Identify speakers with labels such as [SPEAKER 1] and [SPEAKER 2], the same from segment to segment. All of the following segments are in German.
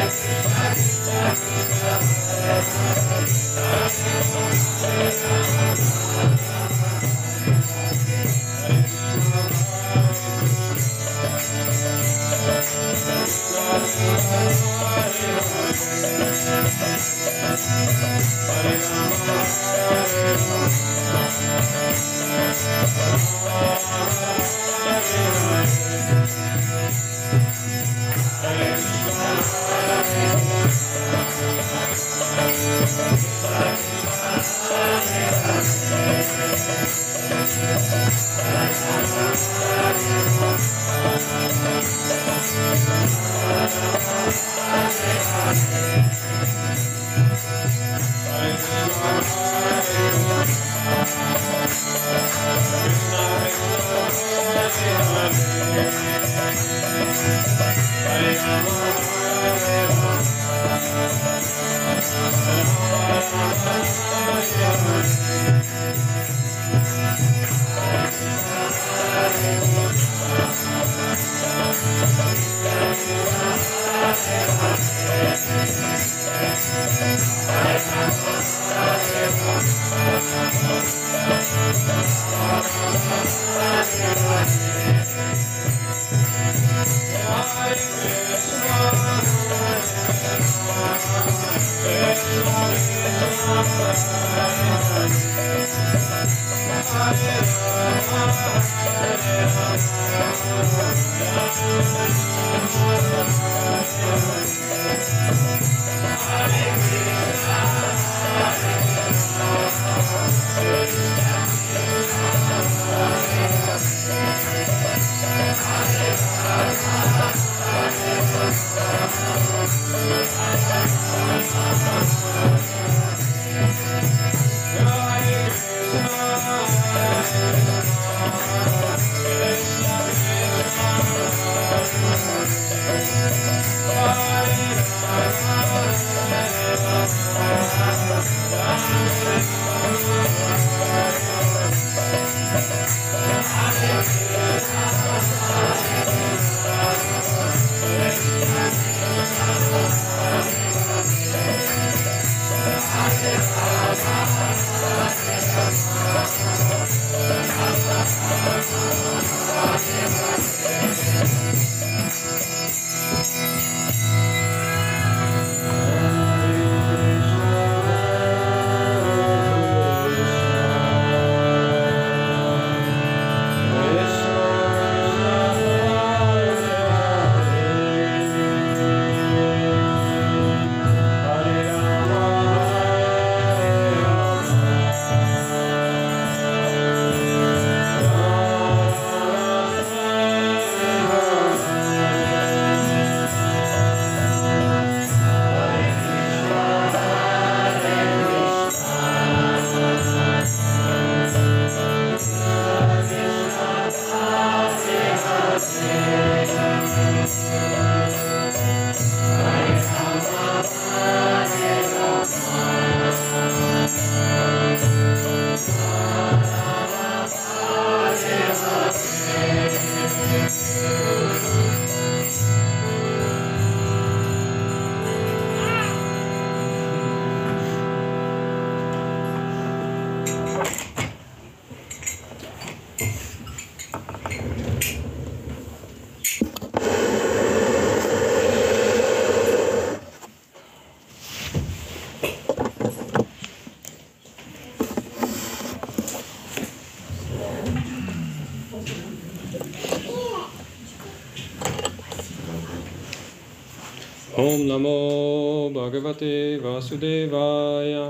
[SPEAKER 1] Om Namo Bhagavate Vasudevaya.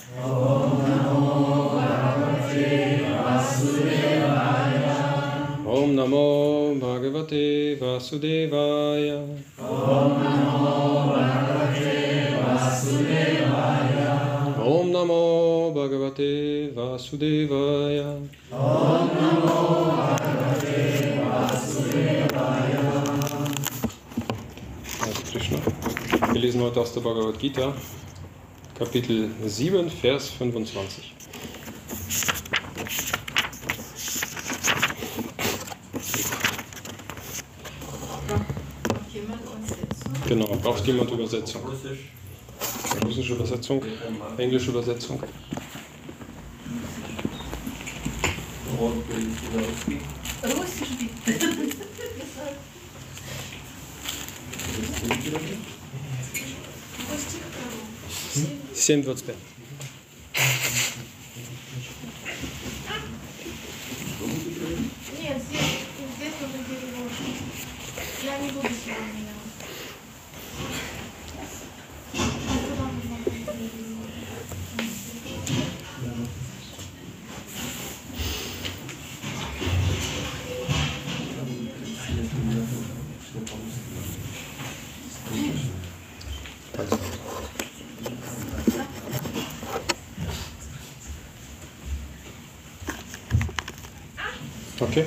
[SPEAKER 2] Om Namo Bhagavate Vasudevaya.
[SPEAKER 1] Om Namo Bhagavate Vasudevaya.
[SPEAKER 2] Om Namo Bhagavate Vasudevaya.
[SPEAKER 1] Om Namo Bhagavate Vasudevaya.
[SPEAKER 2] Om Namo Bhagavate Vasudevaya.
[SPEAKER 1] Krishna. Wir lesen heute aus der Bhagavad Gita, Kapitel 7, Vers 25. Genau, braucht jemand Übersetzung? Russische Übersetzung, englische Übersetzung.
[SPEAKER 3] Russisch bitte.
[SPEAKER 1] 7:25.
[SPEAKER 3] Нет, здесь нужно перевод. Я не буду сегодня.
[SPEAKER 1] Okay.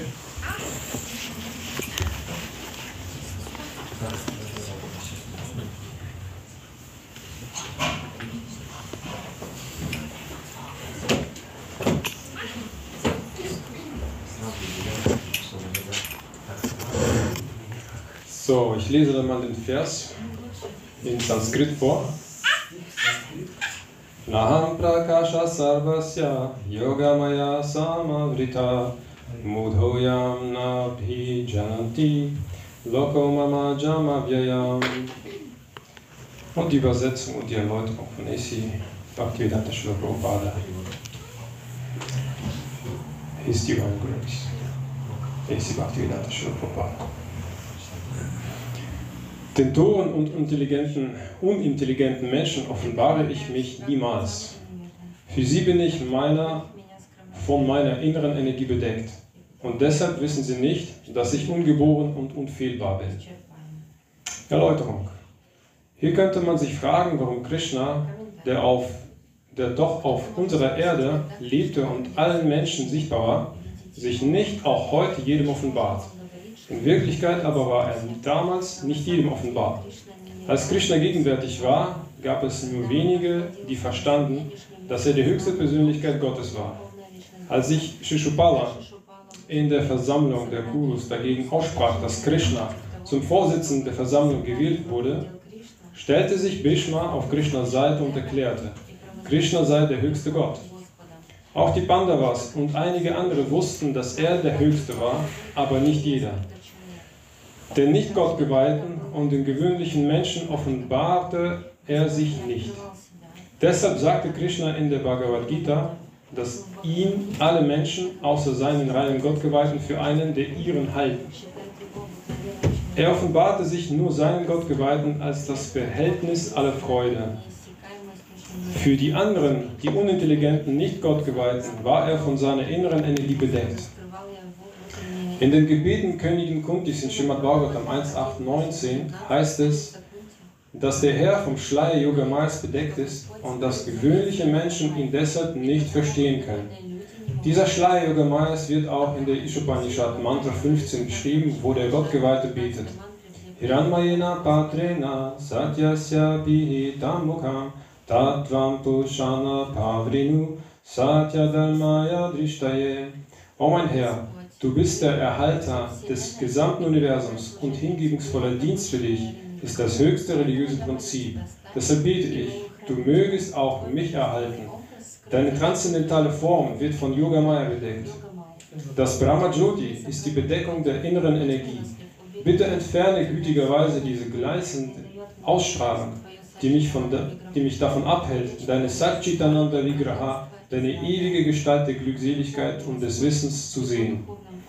[SPEAKER 1] So, ich lese dann mal den Vers in Sanskrit vor. Naham prakasha sarvasya yogamaya samavrita mudhoyam nabhi jananti loko mama jamavyayam. Und die Übersetzung und die Erläuterung von A.C. Bhaktivedanta Srila Prabhupada. His Divine Grace. A.C. Bhaktivedanta Srila Prabhupada. Den Toren und unintelligenten Menschen offenbare ich mich niemals. Für sie bin ich von meiner inneren Energie bedeckt. Und deshalb wissen sie nicht, dass ich ungeboren und unfehlbar bin. Erläuterung. Hier könnte man sich fragen, warum Krishna, der doch auf unserer Erde lebte und allen Menschen sichtbar war, sich nicht auch heute jedem offenbart. In Wirklichkeit aber war er damals nicht jedem offenbar. Als Krishna gegenwärtig war, gab es nur wenige, die verstanden, dass er die höchste Persönlichkeit Gottes war. Als sich Shishupala in der Versammlung der Kurus dagegen aussprach, dass Krishna zum Vorsitzenden der Versammlung gewählt wurde, stellte sich Bhishma auf Krishnas Seite und erklärte, Krishna sei der höchste Gott. Auch die Pandavas und einige andere wussten, dass er der Höchste war, aber nicht jeder. Den Nicht-Gottgeweihten und den gewöhnlichen Menschen offenbarte er sich nicht. Deshalb sagte Krishna in der Bhagavad Gita, dass ihn alle Menschen außer seinen reinen Gottgeweihten für einen der ihren halten. Er offenbarte sich nur seinen Gottgeweihten als das Verhältnis aller Freude. Für die anderen, die unintelligenten Nicht-Gottgeweihten, war er von seiner inneren Energie bedeckt. In den Gebeten Königin Kuntis in Srimad Bhagavatam 1.8.19 heißt es, dass der Herr vom Schleier Yogamayas bedeckt ist und dass gewöhnliche Menschen ihn deshalb nicht verstehen können. Dieser Schleier Yogamayas wird auch in der Ishopanishad Mantra 15 beschrieben, wo der Gottgeweihte betet. Hiranmayena patrena satyasya bihitam mukham tatvam pushana pavrinu satya dharmaya drishtaye. O mein Herr, du bist der Erhalter des gesamten Universums und hingebungsvoller Dienst für dich ist das höchste religiöse Prinzip. Deshalb bete ich, du mögest auch mich erhalten. Deine transzendentale Form wird von Yogamaya bedeckt. Das Brahma-Jyoti ist die Bedeckung der inneren Energie. Bitte entferne gütigerweise diese gleißende Ausstrahlung, die mich davon abhält, deine Satchitananda Vigraha, deine ewige Gestalt der Glückseligkeit und des Wissens zu sehen.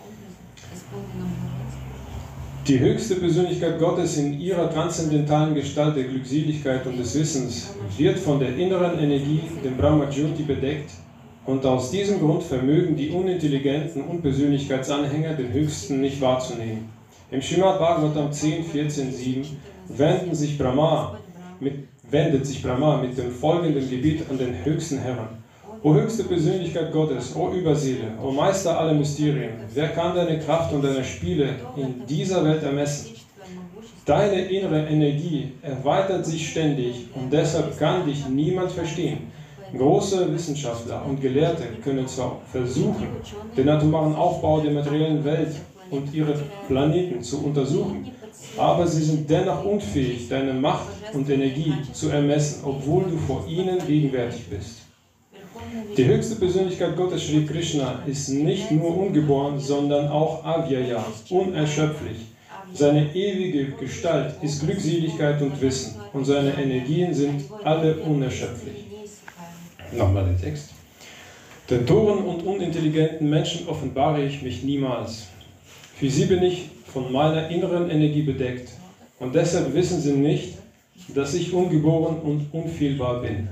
[SPEAKER 1] Die höchste Persönlichkeit Gottes in ihrer transzendentalen Gestalt der Glückseligkeit und des Wissens wird von der inneren Energie, dem Brahma-Jyoti, bedeckt und aus diesem Grund vermögen die unintelligenten Unpersönlichkeitsanhänger den Höchsten nicht wahrzunehmen. Im Srimad Bhagavatam 10.14.7 wendet sich Brahma mit dem folgenden Gebet an den höchsten Herrn. O höchste Persönlichkeit Gottes, o Überseele, o Meister aller Mysterien, wer kann deine Kraft und deine Spiele in dieser Welt ermessen? Deine innere Energie erweitert sich ständig und deshalb kann dich niemand verstehen. Große Wissenschaftler und Gelehrte können zwar versuchen, den atomaren Aufbau der materiellen Welt und ihre Planeten zu untersuchen, aber sie sind dennoch unfähig, deine Macht und Energie zu ermessen, obwohl du vor ihnen gegenwärtig bist. Die höchste Persönlichkeit Gottes, Shri Krishna, ist nicht nur ungeboren, sondern auch Avyaya, unerschöpflich. Seine ewige Gestalt ist Glückseligkeit und Wissen und seine Energien sind alle unerschöpflich. Nochmal der Text. Den Toren und unintelligenten Menschen offenbare ich mich niemals. Für sie bin ich von meiner inneren Energie bedeckt und deshalb wissen sie nicht, dass ich ungeboren und unfehlbar bin.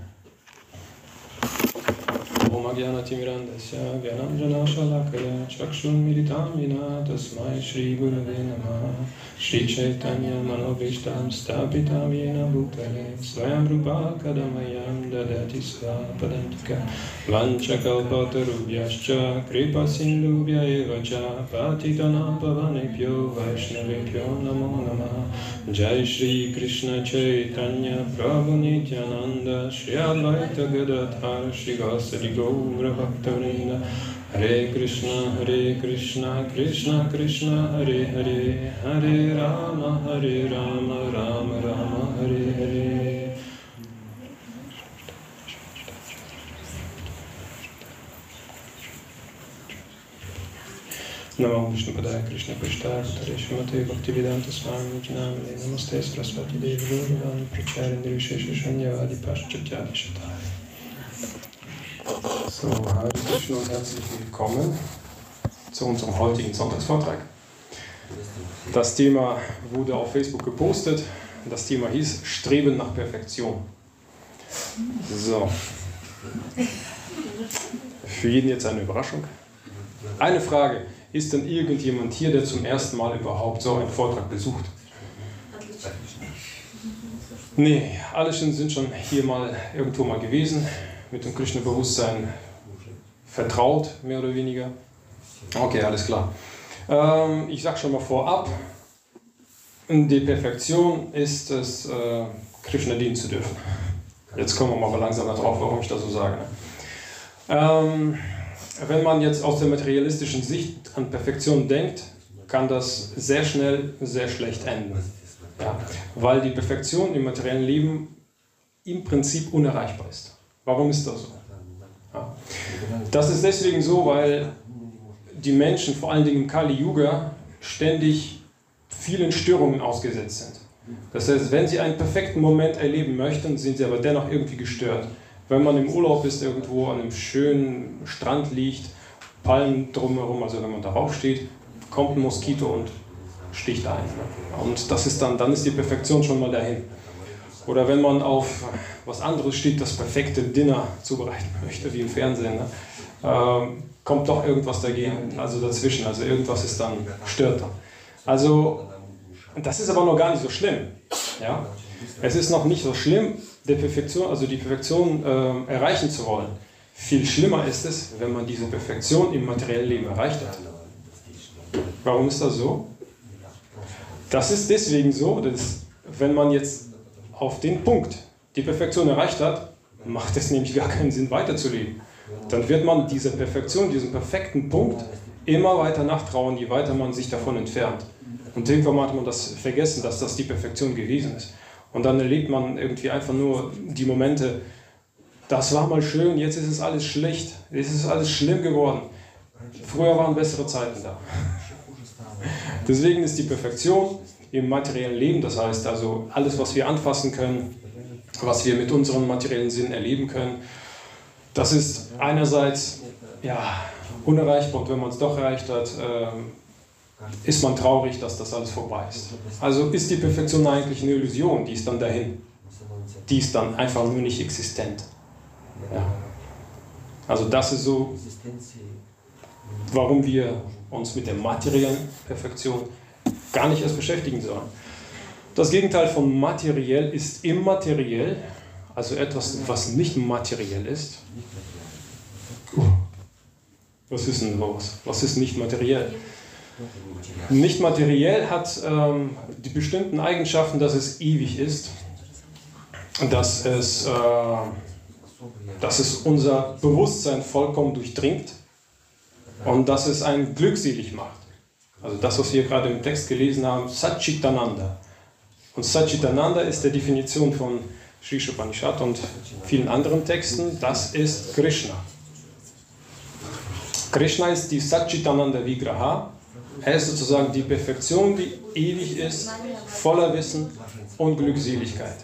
[SPEAKER 1] Om Ajnana Timirandasya Gyananjana Shalakaya Chakshun Militamina Tasmai Shri Gurave Namaha Shri Chaitanya Manobhishtam Stapitam Yena Bhutale Swayam Rupa Kadamayam Dadati Svapadantika Vanchakalpatarubhyascha Kripa Sindhubhya Evacha Patitana Pavanebhyo Vaishnavebhyo Namo Namaha Jai Shri Krishna Chaitanya Prabhu Nityananda Shri Advaita Gadadhar Shri Vasari Gaura Bhaktavrindra Hare Krishna, Krishna Krishna, Hare Hare, Hare Rama, Rama Rama, Hare Hare. Namo Vishnu Padaya Krishna Prishthaya Tarishmate Bhaktivedanta Swami Namane Namaste Saraswati Devi Guruvani Pracharindri Shesha Shanyavadi Paschatya Shataya. So, Hare Krishna und herzlich willkommen zu unserem heutigen Sonntagsvortrag. Das Thema wurde auf Facebook gepostet. Das Thema hieß Streben nach Perfektion. So. Für jeden jetzt eine Überraschung. Eine Frage. Ist denn irgendjemand hier, der zum ersten Mal überhaupt so einen Vortrag besucht? Nee, alle sind schon hier mal irgendwo mal gewesen, mit dem Krishna-Bewusstsein vertraut, mehr oder weniger. Okay, alles klar. Ich sage schon mal vorab, die Perfektion ist es, Krishna dienen zu dürfen. Jetzt kommen wir mal langsam darauf, warum ich das so sage. Wenn man jetzt aus der materialistischen Sicht an Perfektion denkt, kann das sehr schnell sehr schlecht enden. Ja, weil die Perfektion im materiellen Leben im Prinzip unerreichbar ist. Warum ist das so? Ja. Das ist deswegen so, weil die Menschen, vor allen Dingen im Kali Yuga, ständig vielen Störungen ausgesetzt sind. Das heißt, wenn sie einen perfekten Moment erleben möchten, sind sie aber dennoch irgendwie gestört. Wenn man im Urlaub ist, irgendwo an einem schönen Strand liegt, Palmen drumherum, also wenn man darauf steht, kommt ein Moskito und sticht ein. Und das ist dann ist die Perfektion schon mal dahin. Oder wenn man auf was anderes steht, das perfekte Dinner zubereiten möchte, wie im Fernsehen, kommt doch irgendwas dagegen, also dazwischen, also irgendwas ist dann, stört dann. Also, das ist aber noch gar nicht so schlimm. Ja? Es ist noch nicht so schlimm, die Perfektion erreichen zu wollen. Viel schlimmer ist es, wenn man diese Perfektion im materiellen Leben erreicht hat. Warum ist das so? Das ist deswegen so, dass wenn man jetzt auf den Punkt die Perfektion erreicht hat, macht es nämlich gar keinen Sinn weiterzuleben. Dann wird man dieser Perfektion, diesem perfekten Punkt immer weiter nachtrauern, je weiter man sich davon entfernt. Und irgendwann hat man das vergessen, dass das die Perfektion gewesen ist. Und dann erlebt man irgendwie einfach nur die Momente, das war mal schön, jetzt ist es alles schlecht, jetzt ist es alles schlimm geworden. Früher waren bessere Zeiten da. Deswegen ist die Perfektion im materiellen Leben, das heißt also alles, was wir anfassen können, was wir mit unseren materiellen Sinnen erleben können, das ist einerseits ja, unerreichbar und wenn man es doch erreicht hat, ist man traurig, dass das alles vorbei ist. Also ist die Perfektion eigentlich eine Illusion, die ist dann dahin. Die ist dann einfach nur nicht existent. Ja. Also das ist so, warum wir uns mit der materiellen Perfektion gar nicht erst beschäftigen sollen. Das Gegenteil von materiell ist immateriell, also etwas, was nicht materiell ist. Was ist denn los? Was ist nicht materiell? Nicht materiell hat die bestimmten Eigenschaften, dass es ewig ist, dass es unser Bewusstsein vollkommen durchdringt und dass es einen glückselig macht. Also das, was wir gerade im Text gelesen haben, Satchitananda. Und Satchitananda ist der Definition von Sri Upanishad und vielen anderen Texten, das ist Krishna. Krishna ist die Satchitananda Vigraha. Er ist sozusagen die Perfektion, die ewig ist, voller Wissen und Glückseligkeit.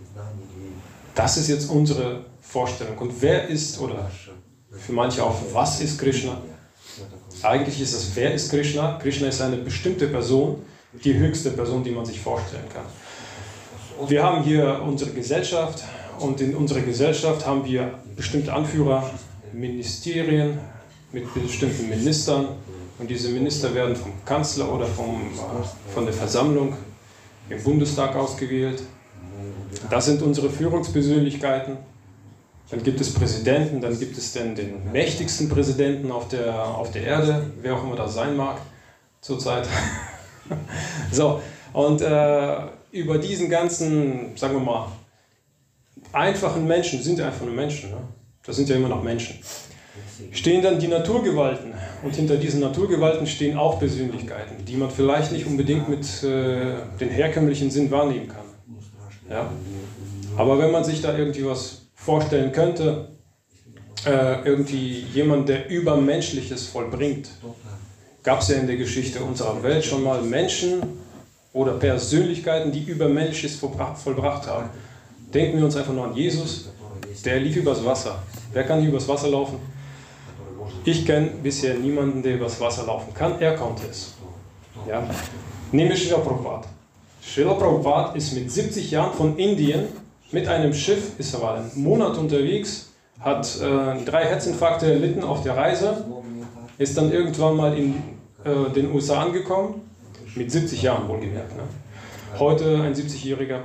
[SPEAKER 1] Das ist jetzt unsere Vorstellung. Und wer ist, oder für manche auch, was ist Krishna? Eigentlich ist es, wer ist Krishna? Krishna ist eine bestimmte Person, die höchste Person, die man sich vorstellen kann. Wir haben hier unsere Gesellschaft und in unserer Gesellschaft haben wir bestimmte Anführer, Ministerien mit bestimmten Ministern und diese Minister werden vom Kanzler oder von der Versammlung im Bundestag ausgewählt. Das sind unsere Führungspersönlichkeiten. Dann gibt es Präsidenten, dann gibt es den mächtigsten Präsidenten auf der Erde, wer auch immer das sein mag zurzeit. So, und über diesen ganzen, sagen wir mal, einfachen Menschen, sind ja einfach nur Menschen, ne? Das sind ja immer noch Menschen, stehen dann die Naturgewalten. Und hinter diesen Naturgewalten stehen auch Persönlichkeiten, die man vielleicht nicht unbedingt mit den herkömmlichen Sinn wahrnehmen kann. Ja? Aber wenn man sich da irgendwie was vorstellen könnte, irgendwie jemand, der Übermenschliches vollbringt, gab es ja in der Geschichte unserer Welt schon mal Menschen oder Persönlichkeiten, die Übermenschliches vollbracht haben. Denken wir uns einfach nur an Jesus, der lief übers Wasser. Wer kann hier übers Wasser laufen? Ich kenne bisher niemanden, der übers Wasser laufen kann. Er konnte es. Ja? Nehmen wir Srila Prabhupada. Srila Prabhupada ist mit 70 Jahren von Indien mit einem Schiff, ist er war einen Monat unterwegs, hat 3 Herzinfarkte erlitten auf der Reise, ist dann irgendwann mal in den USA angekommen, mit 70 Jahren wohlgemerkt. Ne? Heute ein 70-Jähriger,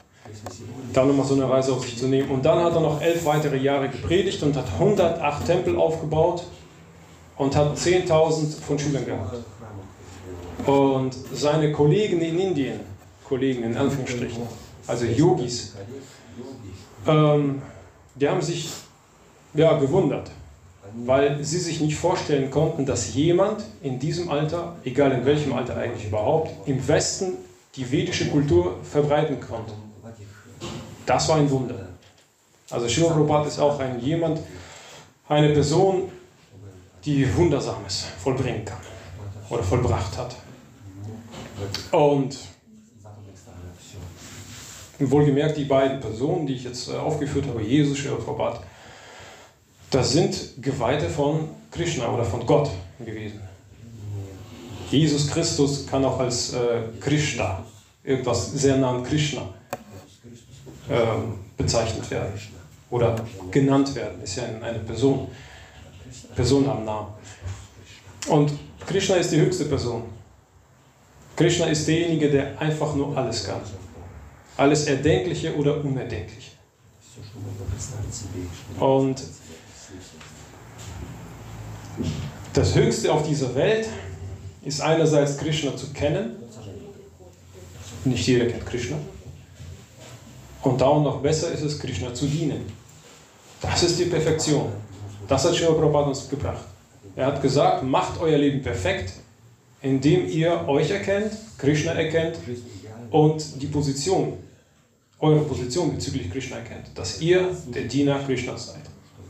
[SPEAKER 1] da nochmal so eine Reise auf sich zu nehmen. Und dann hat er noch 11 weitere Jahre gepredigt und hat 108 Tempel aufgebaut und hat 10.000 von Schülern gehabt. Und seine Kollegen in Indien, Kollegen in Anführungsstrichen, also Yogis, die haben sich gewundert, weil sie sich nicht vorstellen konnten, dass jemand in diesem Alter, egal in welchem Alter eigentlich überhaupt, im Westen die vedische Kultur verbreiten konnte. Das war ein Wunder. Also Srila Prabhupada ist auch eine Person, die Wundersames vollbringen kann oder vollbracht hat. Und wohlgemerkt, die beiden Personen, die ich jetzt aufgeführt habe, Jesus, Srila Prabhupada, das sind Geweihte von Krishna oder von Gott gewesen. Jesus Christus kann auch als Krishna, irgendwas sehr nah an Krishna, bezeichnet werden oder genannt werden. Ist ja eine Person am Namen. Und Krishna ist die höchste Person. Krishna ist derjenige, der einfach nur alles kann. Alles Erdenkliche oder Unerdenkliche. Und das Höchste auf dieser Welt ist einerseits Krishna zu kennen. Nicht jeder kennt Krishna. Und darum noch besser ist es, Krishna zu dienen. Das ist die Perfektion. Das hat Srila Prabhupada uns gebracht. Er hat gesagt, macht euer Leben perfekt, indem ihr euch erkennt, Krishna erkennt und die Position, eure Position bezüglich Krishna erkennt. Dass ihr der Diener Krishnas seid.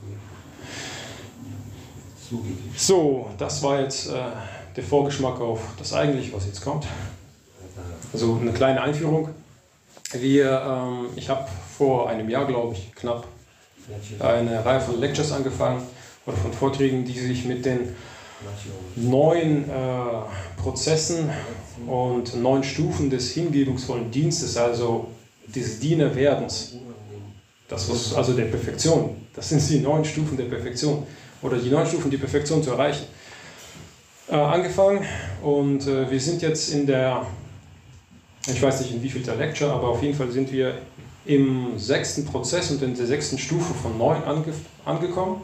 [SPEAKER 1] So, das war jetzt der Vorgeschmack auf das Eigentliche, was jetzt kommt. Also eine kleine Einführung. Ich habe vor einem Jahr, glaube ich, knapp eine Reihe von Lectures angefangen oder von Vorträgen, die sich mit den neuen Prozessen und 9 Stufen des hingebungsvollen Dienstes, also des Dienerwerdens, also der Perfektion, das sind die 9 Stufen der Perfektion oder die 9 Stufen, die Perfektion zu erreichen, angefangen. Und wir sind jetzt in der, ich weiß nicht in wie viel der Lecture, aber auf jeden Fall sind wir im 6. Prozess und in der 6. Stufe von 9 angekommen.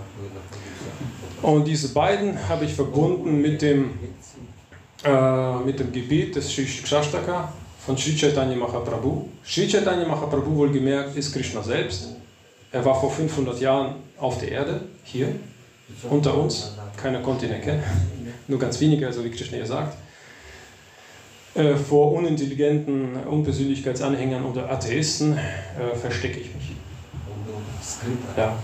[SPEAKER 1] Und diese beiden habe ich verbunden mit dem Gebet des Sri Shastaka von Sri Chaitanya Mahaprabhu. Sri Chaitanya Mahaprabhu, wohlgemerkt, ist Krishna selbst. Er war vor 500 Jahren auf der Erde, hier, unter uns. Keiner konnte ihn erkennen, nur ganz wenige, also wie Krishna hier sagt. Vor unintelligenten Unpersönlichkeitsanhängern oder Atheisten verstecke ich mich. Ja.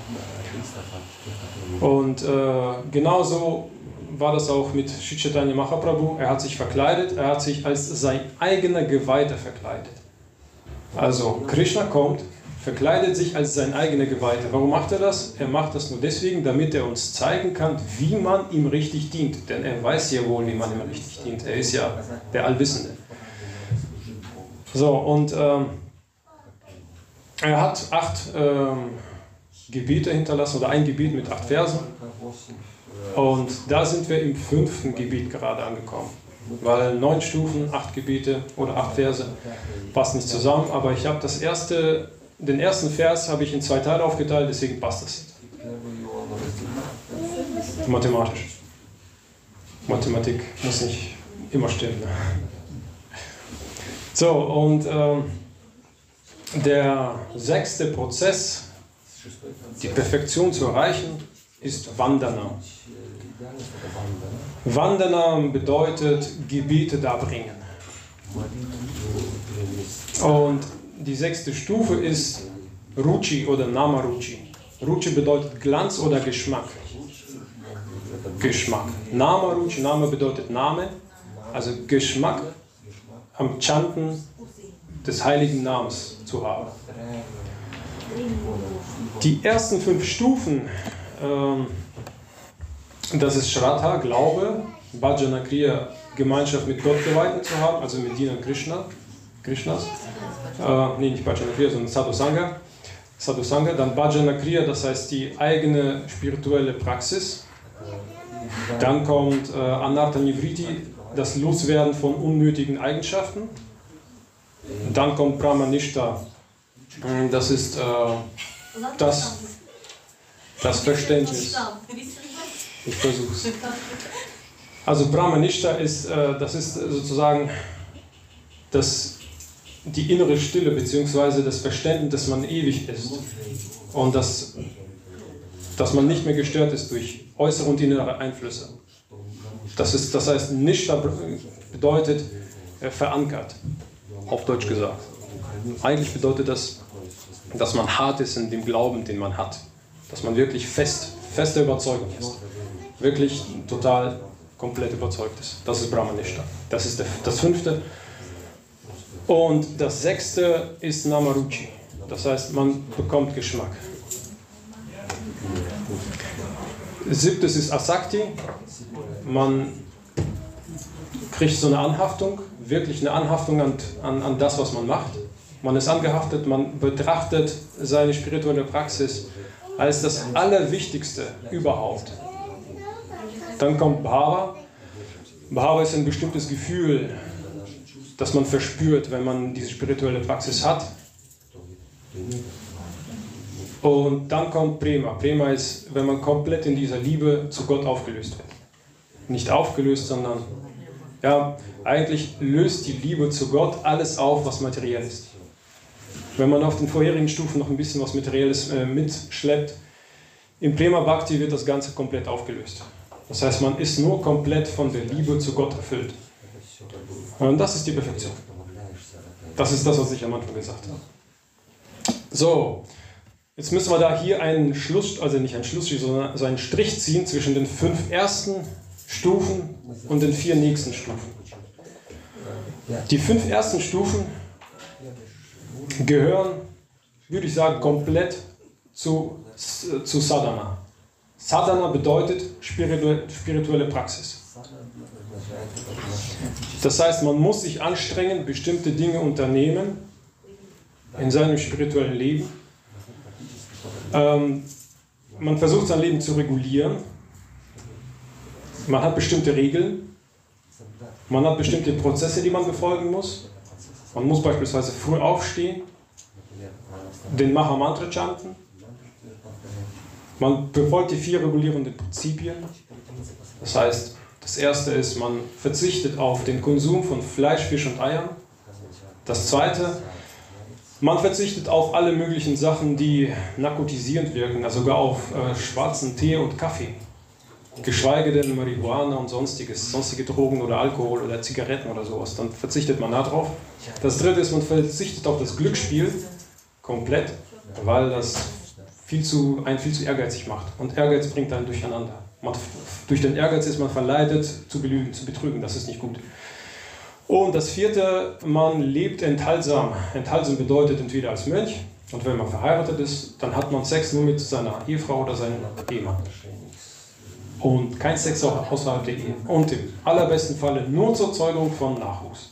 [SPEAKER 1] Und genauso war das auch mit Sri Chaitanya Mahaprabhu. Er hat sich verkleidet, er hat sich als sein eigener Geweihter verkleidet. Also Krishna kommt, verkleidet sich als sein eigener Geweihter. Warum macht er das? Er macht das nur deswegen, damit er uns zeigen kann, wie man ihm richtig dient. Denn er weiß ja wohl, wie man ihm richtig dient. Er ist ja der Allwissende. So, und er hat 8 Gebete hinterlassen, oder ein Gebet mit 8 Versen. Und da sind wir im 5. Gebet gerade angekommen. Weil 9 Stufen, 8 Gebete oder 8 Verse passen nicht zusammen. Aber ich habe den ersten Vers habe ich in 2 Teile aufgeteilt, deswegen passt das. Mathematisch. Mathematik muss nicht immer stimmen. So, und der 6. Prozess, die Perfektion zu erreichen, ist Vandana. Vandana bedeutet Gebete darbringen. Und die 6. Stufe ist Ruchi oder Namaruchi. Ruchi bedeutet Glanz oder Geschmack. Geschmack. Namaruchi, Name bedeutet Name, also Geschmack am Chanten des heiligen Namens zu haben. Die ersten 5 Stufen, das ist Shraddha, Glaube, Bhajana Kriya, Gemeinschaft mit Gottgeweihten zu haben, also mit Dienern Krishnas. Nicht Bhajana Kriya, sondern Sadhusanga. Dann Bhajana Kriya, das heißt die eigene spirituelle Praxis. Dann kommt Anartha Nivriti, das Loswerden von unnötigen Eigenschaften. Dann kommt Brahmanishta, das ist das Verständnis. Ich versuch's. Also Brahmanishta ist, das ist sozusagen die innere Stille bzw. das Verständnis, dass man ewig ist und dass man nicht mehr gestört ist durch äußere und innere Einflüsse. Das heißt, Nishta bedeutet verankert, auf Deutsch gesagt. Eigentlich bedeutet das, dass man hart ist in dem Glauben, den man hat. Dass man wirklich feste Überzeugung ist. Wirklich total, komplett überzeugt ist. Das ist Brahmanishta. Das ist das 5. Und das 6. ist Namaruchi. Das heißt, man bekommt Geschmack. 7. ist Asakti. Man kriegt so eine Anhaftung, wirklich eine Anhaftung an das, was man macht. Man ist angehaftet, man betrachtet seine spirituelle Praxis als das Allerwichtigste überhaupt. Dann kommt Bhava. Bhava ist ein bestimmtes Gefühl, das man verspürt, wenn man diese spirituelle Praxis hat. Und dann kommt Prema. Prema ist, wenn man komplett in dieser Liebe zu Gott aufgelöst wird. Nicht aufgelöst, sondern ja, eigentlich löst die Liebe zu Gott alles auf, was materiell ist. Wenn man auf den vorherigen Stufen noch ein bisschen was Materielles mitschleppt, im Prema Bhakti wird das Ganze komplett aufgelöst. Das heißt, man ist nur komplett von der Liebe zu Gott erfüllt. Und das ist die Perfektion. Das ist das, was ich am Anfang gesagt habe. So, jetzt müssen wir da hier einen Schluss, also nicht einen Schlussstrich, sondern so einen Strich ziehen zwischen den 5 ersten Stufen und den 4 nächsten Stufen. Die 5 ersten Stufen gehören, würde ich sagen, komplett zu Sadhana. Sadhana bedeutet spirituelle Praxis. Das heißt, man muss sich anstrengen, bestimmte Dinge unternehmen in seinem spirituellen Leben. Man versucht sein Leben zu regulieren. Man hat bestimmte Regeln. Man hat bestimmte Prozesse, die man befolgen muss. Man muss beispielsweise früh aufstehen, den Mahamantra chanten. Man befolgt die 4 regulierenden Prinzipien. Das heißt, das erste ist, man verzichtet auf den Konsum von Fleisch, Fisch und Eiern. Das zweite, man verzichtet auf alle möglichen Sachen, die narkotisierend wirken, also sogar auf schwarzen Tee und Kaffee. geschweige denn Marihuana und sonstige Drogen oder Alkohol oder Zigaretten oder sowas, dann verzichtet man darauf. Das dritte ist, man verzichtet auf das Glücksspiel komplett, weil das einen viel zu ehrgeizig macht. Und Ehrgeiz bringt einen durcheinander. Durch den Ehrgeiz ist man verleitet zu belügen, zu betrügen, das ist nicht gut. Und das vierte, man lebt enthaltsam. Enthaltsam bedeutet entweder als Mönch, und wenn man verheiratet ist, dann hat man Sex nur mit seiner Ehefrau oder seinem Ehemann. Und kein Sex auch außerhalb der Ehe. Und im allerbesten Falle nur zur Zeugung von Nachwuchs.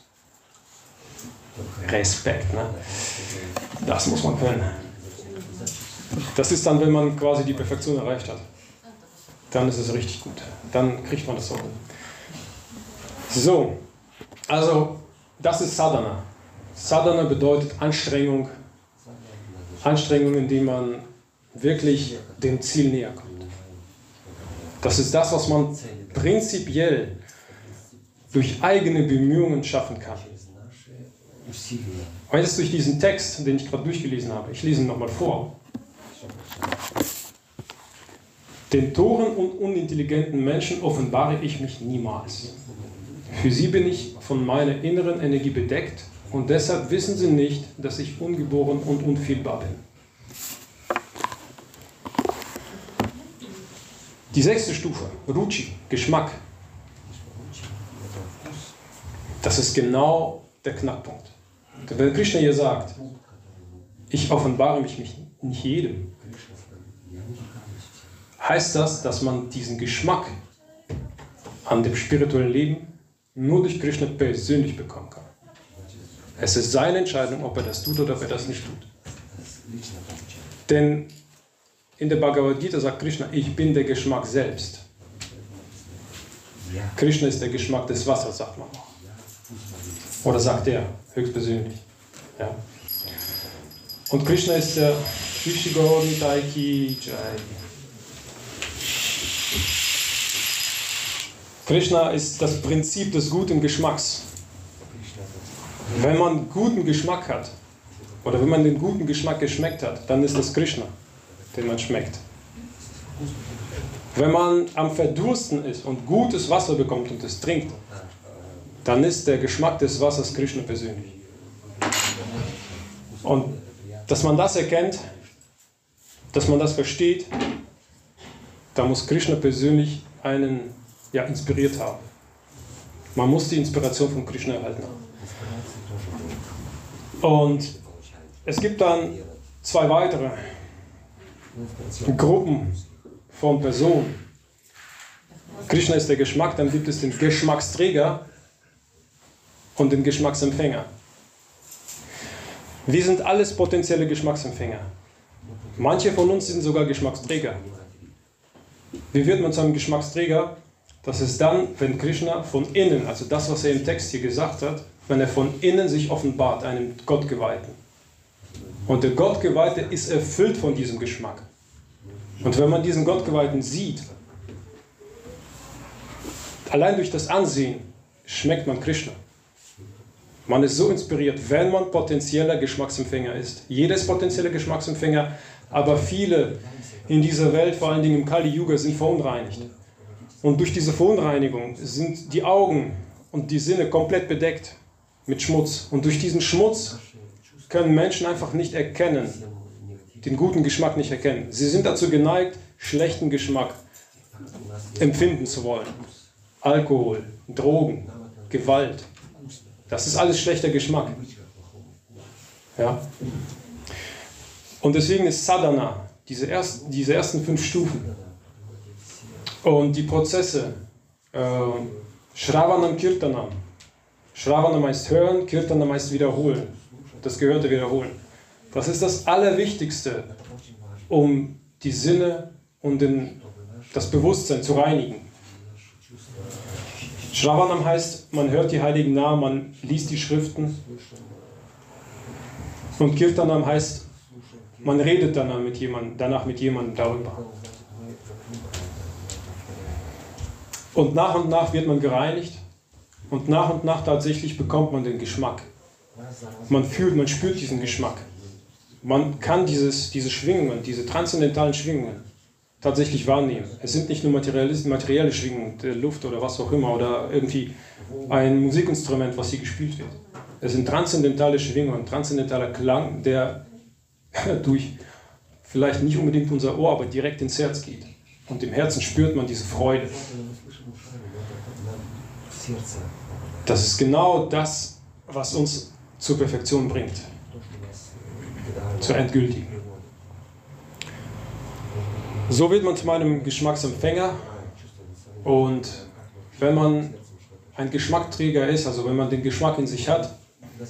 [SPEAKER 1] Respekt, ne? Das muss man können. Das ist dann, wenn man quasi die Perfektion erreicht hat. Dann ist es richtig gut. Dann kriegt man das auch hin. So, also das ist Sadhana. Sadhana bedeutet Anstrengung. Anstrengung, indem man wirklich dem Ziel näher kommt. Das ist das, was man prinzipiell durch eigene Bemühungen schaffen kann. Und jetzt durch diesen Text, den ich gerade durchgelesen habe, ich lese ihn nochmal vor. Den toren und unintelligenten Menschen offenbare ich mich niemals. Für sie bin ich von meiner inneren Energie bedeckt und deshalb wissen sie nicht, dass ich ungeboren und unfehlbar bin. Die sechste Stufe, Ruchi, Geschmack. Das ist genau der Knackpunkt. Wenn Krishna hier sagt, ich offenbare mich nicht jedem, heißt das, dass man diesen Geschmack an dem spirituellen Leben nur durch Krishna persönlich bekommen kann. Es ist seine Entscheidung, ob er das tut oder ob er das nicht tut. Denn in der Bhagavad Gita sagt Krishna, ich bin der Geschmack selbst. Krishna ist der Geschmack des Wassers, sagt man auch. Oder sagt er, höchstpersönlich. Ja. Und Krishna ist der Shri Gaur Nitai Ki Jai. Krishna ist das Prinzip des guten Geschmacks. Wenn man guten Geschmack hat, oder wenn man den guten Geschmack geschmeckt hat, dann ist das Krishna, den man schmeckt. Wenn man am Verdursten ist und gutes Wasser bekommt und es trinkt, dann ist der Geschmack des Wassers Krishna persönlich. Und dass man das erkennt, dass man das versteht, da muss Krishna persönlich einen inspiriert haben. Man muss die Inspiration von Krishna erhalten haben. Und es gibt dann zwei weitere Gruppen von Personen. Krishna ist der Geschmack, dann gibt es den Geschmacksträger und den Geschmacksempfänger. Wir sind alles potenzielle Geschmacksempfänger. Manche von uns sind sogar Geschmacksträger. Wie wird man zu einem Geschmacksträger? Das ist dann, wenn Krishna von innen, also das, was er im Text hier gesagt hat, wenn er von innen sich offenbart, einem Gottgeweihten. Und der Gottgeweihte ist erfüllt von diesem Geschmack. Und wenn man diesen Gottgeweihten sieht, allein durch das Ansehen schmeckt man Krishna. Man ist so inspiriert, wenn man potenzieller Geschmacksempfänger ist. Jeder ist potenzieller Geschmacksempfänger, aber viele in dieser Welt, vor allen Dingen im Kali Yuga, sind verunreinigt. Und durch diese Verunreinigung sind die Augen und die Sinne komplett bedeckt mit Schmutz. Und durch diesen Schmutz können Menschen einfach nicht erkennen, den guten Geschmack nicht erkennen. Sie sind dazu geneigt, schlechten Geschmack empfinden zu wollen. Alkohol, Drogen, Gewalt. Das ist alles schlechter Geschmack. Ja? Und deswegen ist Sadhana, diese ersten 5 Stufen und die Prozesse, Shravanam Kirtanam. Shravanam heißt hören, Kirtanam heißt wiederholen. Das Gehörte wiederholen. Das ist das Allerwichtigste, um die Sinne und das Bewusstsein zu reinigen. Shravanam heißt, man hört die heiligen Namen, man liest die Schriften. Und Kirtanam heißt, man redet danach mit jemandem darüber. Und nach wird man gereinigt und nach tatsächlich bekommt man den Geschmack. Man spürt diesen Geschmack. Man kann diese Schwingungen, diese transzendentalen Schwingungen tatsächlich wahrnehmen. Es sind nicht nur materielle Schwingungen der Luft oder was auch immer oder irgendwie ein Musikinstrument, was hier gespielt wird. Es sind transzendentale Schwingungen, transzendentaler Klang, der durch vielleicht nicht unbedingt unser Ohr, aber direkt ins Herz geht. Und im Herzen spürt man diese Freude. Das ist genau das, was uns zur Perfektion bringt. Zur endgültigen. So wird man zu meinem Geschmacksempfänger. Und wenn man ein Geschmackträger ist, also wenn man den Geschmack in sich hat,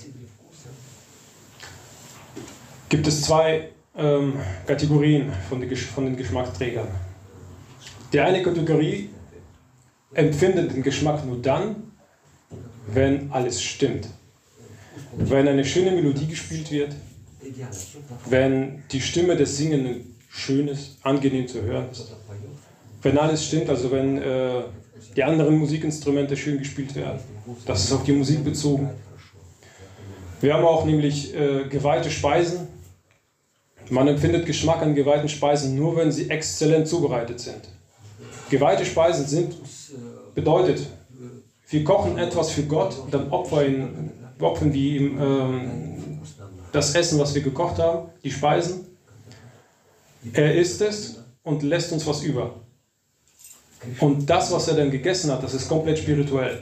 [SPEAKER 1] gibt es zwei Kategorien von den Geschmacksträgern. Die eine Kategorie empfindet den Geschmack nur dann, wenn alles stimmt. Wenn eine schöne Melodie gespielt wird, wenn die Stimme des Singenden schön ist, angenehm zu hören ist. Wenn alles stimmt, also wenn die anderen Musikinstrumente schön gespielt werden. Das ist auf die Musik bezogen. Wir haben auch nämlich geweihte Speisen. Man empfindet Geschmack an geweihten Speisen nur, wenn sie exzellent zubereitet sind. Geweihte Speisen bedeutet, wir kochen etwas für Gott, dann opfern wir ihm das Essen, was wir gekocht haben, die Speisen. Er isst es und lässt uns was über. Und das, was er dann gegessen hat, das ist komplett spirituell.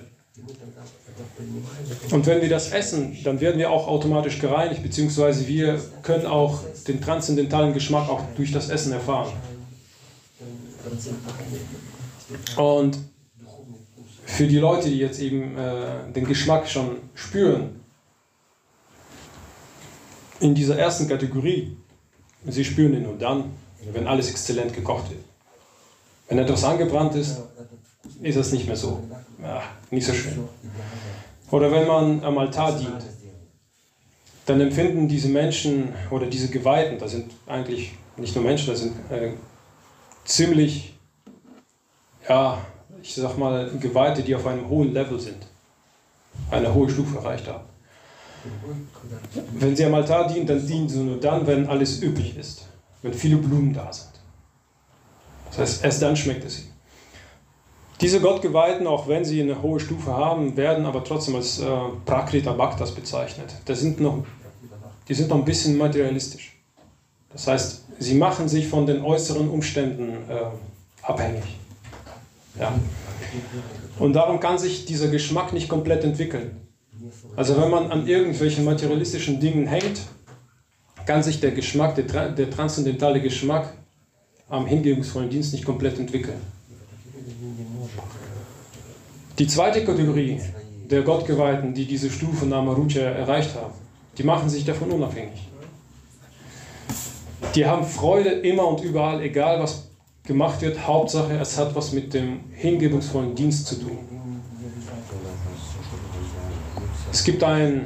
[SPEAKER 1] Und wenn wir das essen, dann werden wir auch automatisch gereinigt, beziehungsweise wir können auch den transzendentalen Geschmack auch durch das Essen erfahren. Und für die Leute, die jetzt eben den Geschmack schon spüren, in dieser ersten Kategorie, sie spüren ihn nur dann, wenn alles exzellent gekocht wird. Wenn etwas angebrannt ist, ist es nicht mehr so, ja, nicht so schön. Oder wenn man am Altar dient, dann empfinden diese Menschen oder diese Geweihten, das sind eigentlich nicht nur Menschen, das sind ziemlich, ja, ich sag mal, Geweihte, die auf einem hohen Level sind, eine hohe Stufe erreicht haben. Wenn sie am Altar dienen, dann dienen sie nur dann, wenn alles üppig ist, wenn viele Blumen da sind. Das heißt, erst dann schmeckt es ihnen. Diese Gottgeweihten, auch wenn sie eine hohe Stufe haben, werden aber trotzdem als Prakrita Bhaktas bezeichnet. Die sind noch ein bisschen materialistisch. Das heißt, sie machen sich von den äußeren Umständen abhängig. Ja. Und darum kann sich dieser Geschmack nicht komplett entwickeln. Also wenn man an irgendwelchen materialistischen Dingen hängt, kann sich der Geschmack, der transzendentale Geschmack am hingebungsvollen Dienst nicht komplett entwickeln. Die zweite Kategorie der Gottgeweihten, die diese Stufe Namarucha erreicht haben, die machen sich davon unabhängig. Die haben Freude immer und überall, egal was gemacht wird, Hauptsache es hat was mit dem hingebungsvollen Dienst zu tun. Es gibt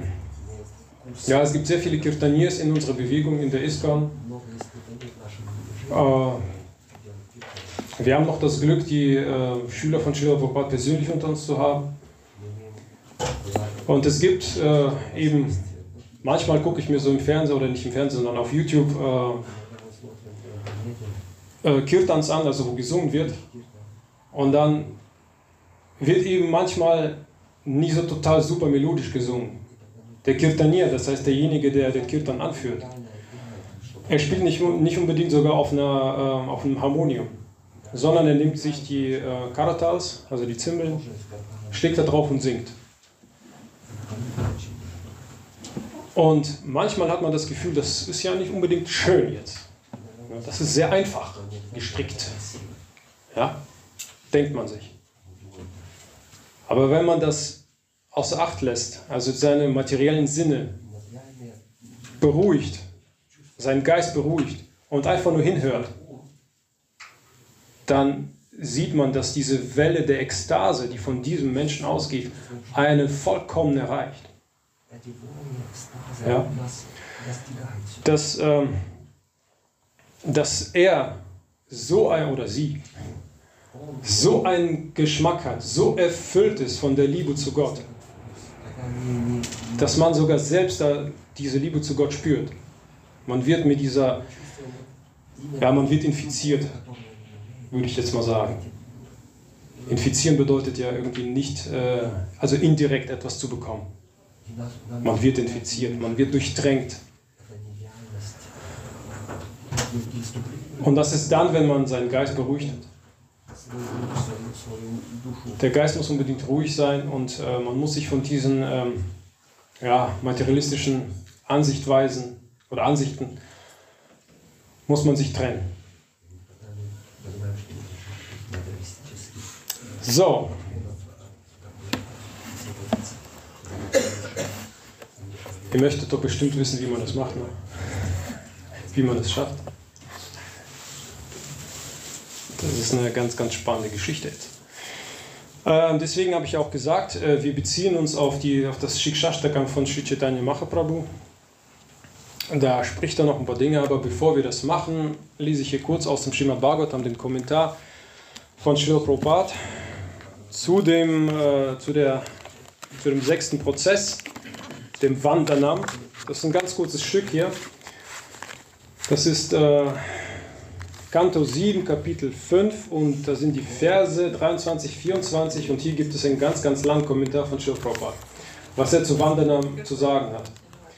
[SPEAKER 1] sehr viele Kirtaniers in unserer Bewegung, in der ISKCON. Wir haben noch das Glück, die Schüler von Srila Prabhupada persönlich unter uns zu haben. Und es gibt eben, manchmal gucke ich mir so im Fernsehen, oder nicht im Fernsehen, sondern auf YouTube Kirtans an, also wo gesungen wird. Und dann wird eben manchmal nie so total super melodisch gesungen. Der Kirtanier, das heißt derjenige, der den Kirtan anführt, er spielt nicht unbedingt sogar auf einem Harmonium, sondern er nimmt sich die Karatals, also die Zimbeln, schlägt da drauf und singt. Und manchmal hat man das Gefühl, das ist ja nicht unbedingt schön jetzt. Das ist sehr einfach gestrickt. Ja? Denkt man sich. Aber wenn man das außer Acht lässt, also seine materiellen Sinne beruhigt, seinen Geist beruhigt und einfach nur hinhört, dann sieht man, dass diese Welle der Ekstase, die von diesem Menschen ausgeht, einen vollkommen erreicht. Ja? Dass er oder sie so einen Geschmack hat, so erfüllt ist von der Liebe zu Gott, dass man sogar selbst diese Liebe zu Gott spürt. Man wird mit man wird infiziert. würde ich jetzt mal sagen. Infizieren bedeutet ja irgendwie nicht, also indirekt etwas zu bekommen. Man wird infiziert, man wird durchdrängt. Und das ist dann, wenn man seinen Geist beruhigt hat. Der Geist muss unbedingt ruhig sein und man muss sich von diesen materialistischen Ansichtweisen oder Ansichten muss man sich trennen. So. Ihr möchtet doch bestimmt wissen, wie man das macht, ne? Wie man das schafft. Das ist eine ganz, ganz spannende Geschichte jetzt. Deswegen habe ich auch gesagt, wir beziehen uns auf das Shikshashtakam von Sri Chaitanya Mahaprabhu. Da spricht er noch ein paar Dinge, aber bevor wir das machen, lese ich hier kurz aus dem Srimad Bhagavatam den Kommentar von Srila Prabhupada zu dem 6. Prozess, dem Vandanam. Das ist ein ganz kurzes Stück hier. Das ist Kanto 7, Kapitel 5 und da sind die Verse 23, 24 und hier gibt es einen ganz, ganz langen Kommentar von Srila Prabhupada, was er zu Vandanam zu sagen hat.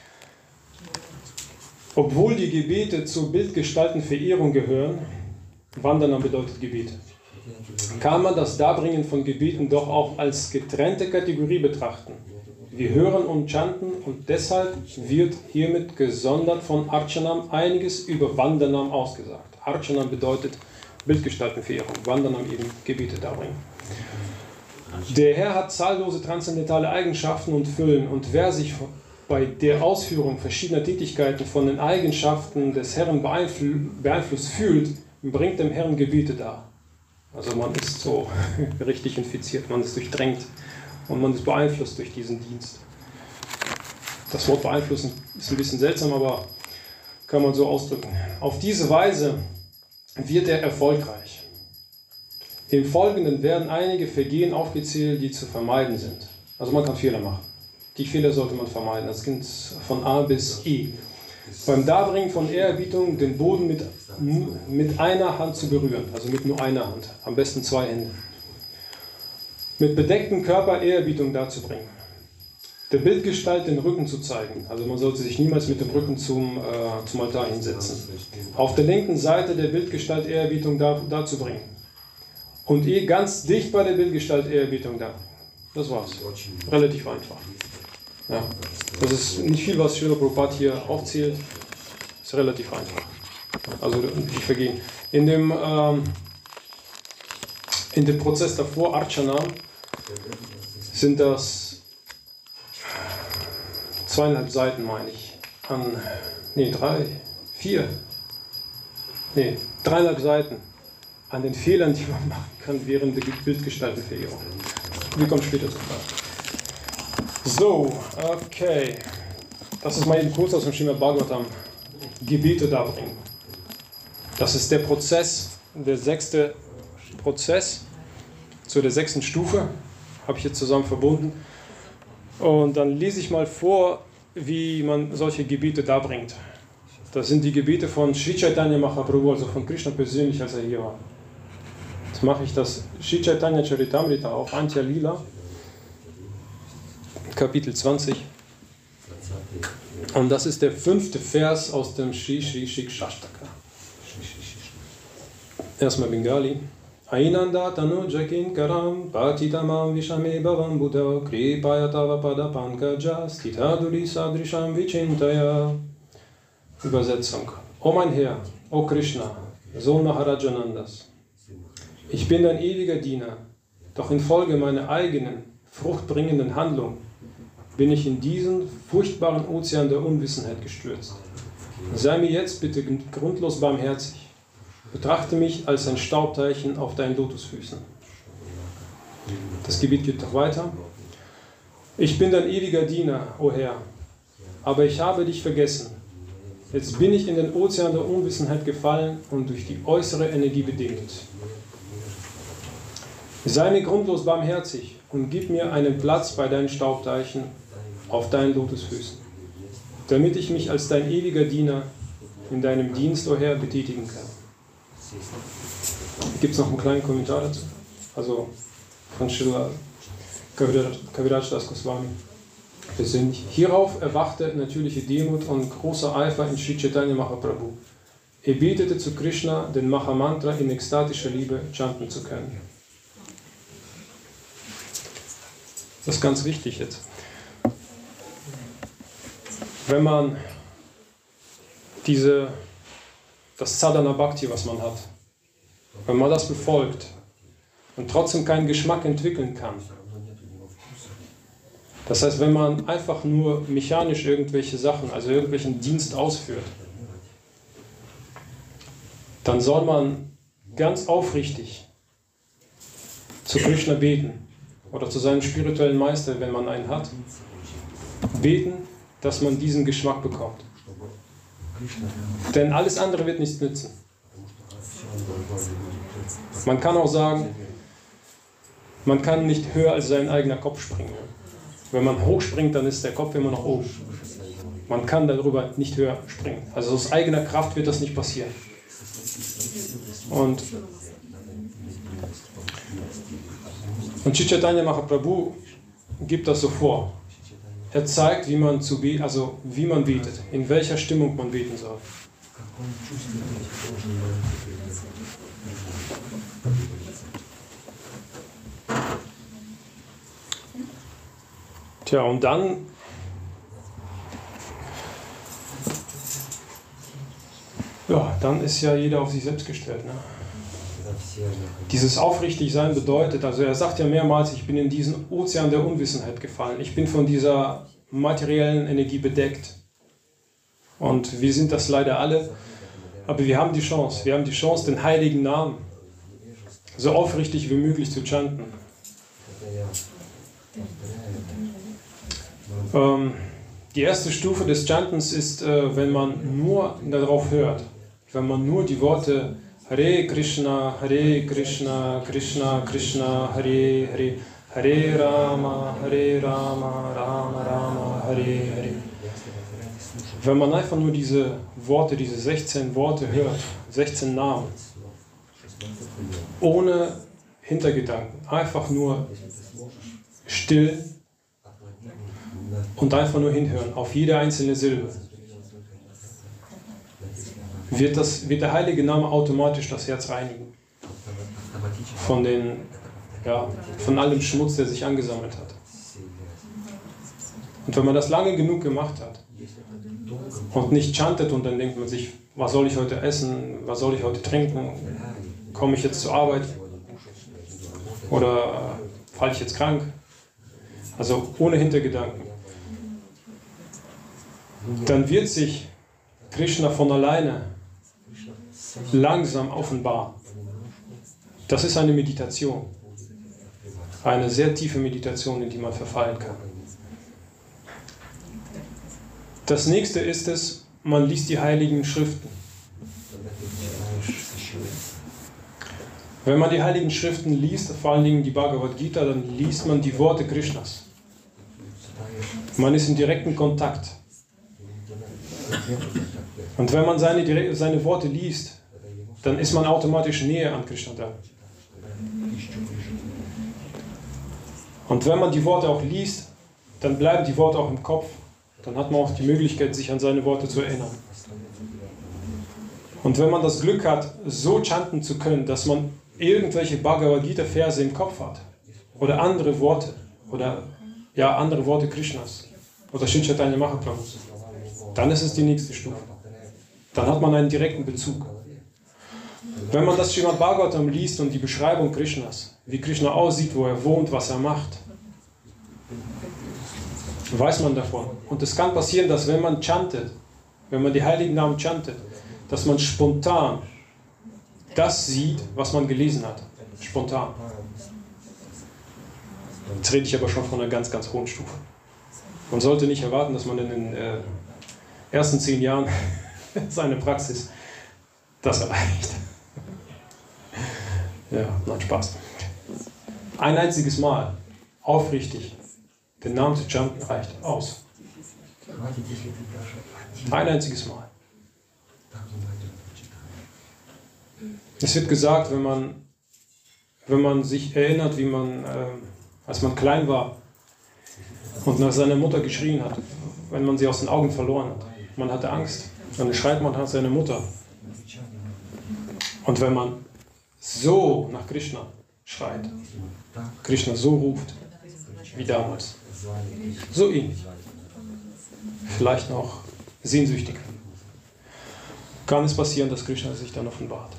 [SPEAKER 1] Obwohl die Gebete zur Bildgestaltenverehrung gehören, Vandanam bedeutet Gebete, kann man das Darbringen von Gebeten doch auch als getrennte Kategorie betrachten. Wir hören und chanten und deshalb wird hiermit gesondert von Archanam einiges über Vandanam ausgesagt. Archanam bedeutet Bildgestaltenverehrung, Vandanam eben Gebete darbringen. Der Herr hat zahllose transzendentale Eigenschaften und Füllen und wer sich bei der Ausführung verschiedener Tätigkeiten von den Eigenschaften des Herrn beeinflusst fühlt, bringt dem Herrn Gebete dar. Also man ist so richtig infiziert, man ist durchdrängt und man ist beeinflusst durch diesen Dienst. Das Wort beeinflussen ist ein bisschen seltsam, aber kann man so ausdrücken. Auf diese Weise wird er erfolgreich. Im Folgenden werden einige Vergehen aufgezählt, die zu vermeiden sind. Also man kann Fehler machen. Die Fehler sollte man vermeiden. Das geht von A bis E. Beim Darbringen von Ehrerbietung den Boden mit einer Hand zu berühren. Also mit nur einer Hand. Am besten 2 Hände. Mit bedecktem Körper Ehrerbietung darzubringen. Der Bildgestalt den Rücken zu zeigen. Also man sollte sich niemals mit dem Rücken zum Altar hinsetzen. Auf der linken Seite der Bildgestalt Ehrerbietung darzubringen. Und ganz dicht bei der Bildgestalt Ehrerbietung da. Das war's. Relativ einfach. Ja. Das ist nicht viel, was Srila Prabhupada hier aufzählt. Das ist relativ einfach. Also nicht vergehen. In dem Prozess davor, Archanam, sind das 2,5 Seiten, meine ich. 3,5 Seiten an den Fehlern, die man machen kann während der Bildgestaltenverehrung. Wir kommen später zu Fragen. So, okay. Das ist mal eben kurz aus dem Srimad Bhagavatam. Gebete darbringen. Das ist der Prozess, der 6. Prozess zu der 6. Stufe. Habe ich jetzt zusammen verbunden. Und dann lese ich mal vor, wie man solche Gebete darbringt. Das sind die Gebete von Sri Chaitanya Mahaprabhu, also von Krishna persönlich, als er hier war. Jetzt mache ich das Sri Chaitanya Charitamrita auf Antya Lila, Kapitel 20. Und das ist der 5. Vers aus dem Shri Shri Shikshashtaka. Erstmal Bengali. Ainanda tanu jakin karam patitamam vishame bhavam buddha kripaya tava pada pankaja stithaduri sadrisham vichintaya. Übersetzung. O mein Herr, O Krishna, Sohn Maharajanandas, ich bin dein ewiger Diener, doch infolge meiner eigenen, fruchtbringenden Handlung bin ich in diesen furchtbaren Ozean der Unwissenheit gestürzt. Sei mir jetzt bitte grundlos barmherzig. Betrachte mich als ein Staubteilchen auf deinen Lotusfüßen. Das Gebet geht doch weiter. Ich bin dein ewiger Diener, o Herr, aber ich habe dich vergessen. Jetzt bin ich in den Ozean der Unwissenheit gefallen und durch die äußere Energie bedingt. Sei mir grundlos barmherzig und gib mir einen Platz bei deinen Staubteilchen auf deinen Lotusfüßen, damit ich mich als dein ewiger Diener in deinem Dienst, o Herr, betätigen kann. Gibt es noch einen kleinen Kommentar dazu? Also von Srila Kaviraj Das Goswami persönlich. Hierauf erwachte natürliche Demut und großer Eifer in Sri Chaitanya Mahaprabhu. Er betete zu Krishna, den Mahamantra in ekstatischer Liebe chanten zu können. Das ist ganz wichtig jetzt. Wenn man das Sadhana Bhakti, was man hat, wenn man das befolgt und trotzdem keinen Geschmack entwickeln kann, das heißt, wenn man einfach nur mechanisch irgendwelche Sachen, also irgendwelchen Dienst ausführt, dann soll man ganz aufrichtig zu Krishna beten oder zu seinem spirituellen Meister, wenn man einen hat, beten, dass man diesen Geschmack bekommt. Denn alles andere wird nichts nützen. Man kann auch sagen, man kann nicht höher als sein eigener Kopf springen. Wenn man hochspringt, dann ist der Kopf immer noch oben. Man kann darüber nicht höher springen. Also aus eigener Kraft wird das nicht passieren. Und Sri Chaitanya Mahaprabhu gibt das so vor. Er zeigt, wie man betet, in welcher Stimmung man beten soll. Tja, und dann ist ja jeder auf sich selbst gestellt. Ne? Dieses Aufrichtigsein bedeutet, also er sagt ja mehrmals, ich bin in diesen Ozean der Unwissenheit gefallen. Ich bin von dieser materiellen Energie bedeckt. Und wir sind das leider alle. Aber wir haben die Chance. Wir haben die Chance, den heiligen Namen so aufrichtig wie möglich zu chanten. Die erste Stufe des Chantens ist, wenn man nur darauf hört. Wenn man nur die Worte Hare Krishna, Krishna Krishna, Hare Hare, Hare Rama, Rama Rama, Hare Hare. Wenn man einfach nur diese Worte, diese 16 Worte hört, 16 Namen, ohne Hintergedanken, einfach nur still und einfach nur hinhören, auf jede einzelne Silbe, wird der heilige Name automatisch das Herz reinigen. Von allem Schmutz, der sich angesammelt hat. Und wenn man das lange genug gemacht hat und nicht chantet und dann denkt man sich, was soll ich heute essen, was soll ich heute trinken, komme ich jetzt zur Arbeit oder falle ich jetzt krank, also ohne Hintergedanken, dann wird sich Krishna von alleine langsam offenbaren. Das ist eine Meditation. Eine sehr tiefe Meditation, in die man verfallen kann. Das nächste ist es, man liest die heiligen Schriften. Wenn man die heiligen Schriften liest, vor allen Dingen die Bhagavad Gita, dann liest man die Worte Krishnas. Man ist in direkten Kontakt. Und wenn man seine Worte liest, dann ist man automatisch näher an Krishna dran. Und wenn man die Worte auch liest, dann bleiben die Worte auch im Kopf. Dann hat man auch die Möglichkeit, sich an seine Worte zu erinnern. Und wenn man das Glück hat, so chanten zu können, dass man irgendwelche Bhagavad Gita Verse im Kopf hat, oder andere Worte Krishnas, oder Sri Chaitanya Mahaprabhus, dann ist es die nächste Stufe. Dann hat man einen direkten Bezug. Wenn man das Srimad Bhagavatam liest und die Beschreibung Krishnas, wie Krishna aussieht, wo er wohnt, was er macht, weiß man davon. Und es kann passieren, dass wenn man chantet, wenn man die heiligen Namen chantet, dass man spontan das sieht, was man gelesen hat. Spontan. Jetzt rede ich aber schon von einer ganz, ganz hohen Stufe. Man sollte nicht erwarten, dass man in den ersten 10 Jahren seine Praxis das erreicht. Ja, nein, Spaß. Ein einziges Mal, aufrichtig, den Namen zu chanten reicht aus. Ein einziges Mal. Es wird gesagt, wenn man sich erinnert, wie man, als man klein war und nach seiner Mutter geschrien hat, wenn man sie aus den Augen verloren hat. Man hatte Angst. Dann schreit man nach seiner Mutter. Und wenn man so nach Krishna schreit, Krishna so ruft, wie damals, so ihn, vielleicht noch sehnsüchtig, kann es passieren, dass Krishna sich dann offenbart.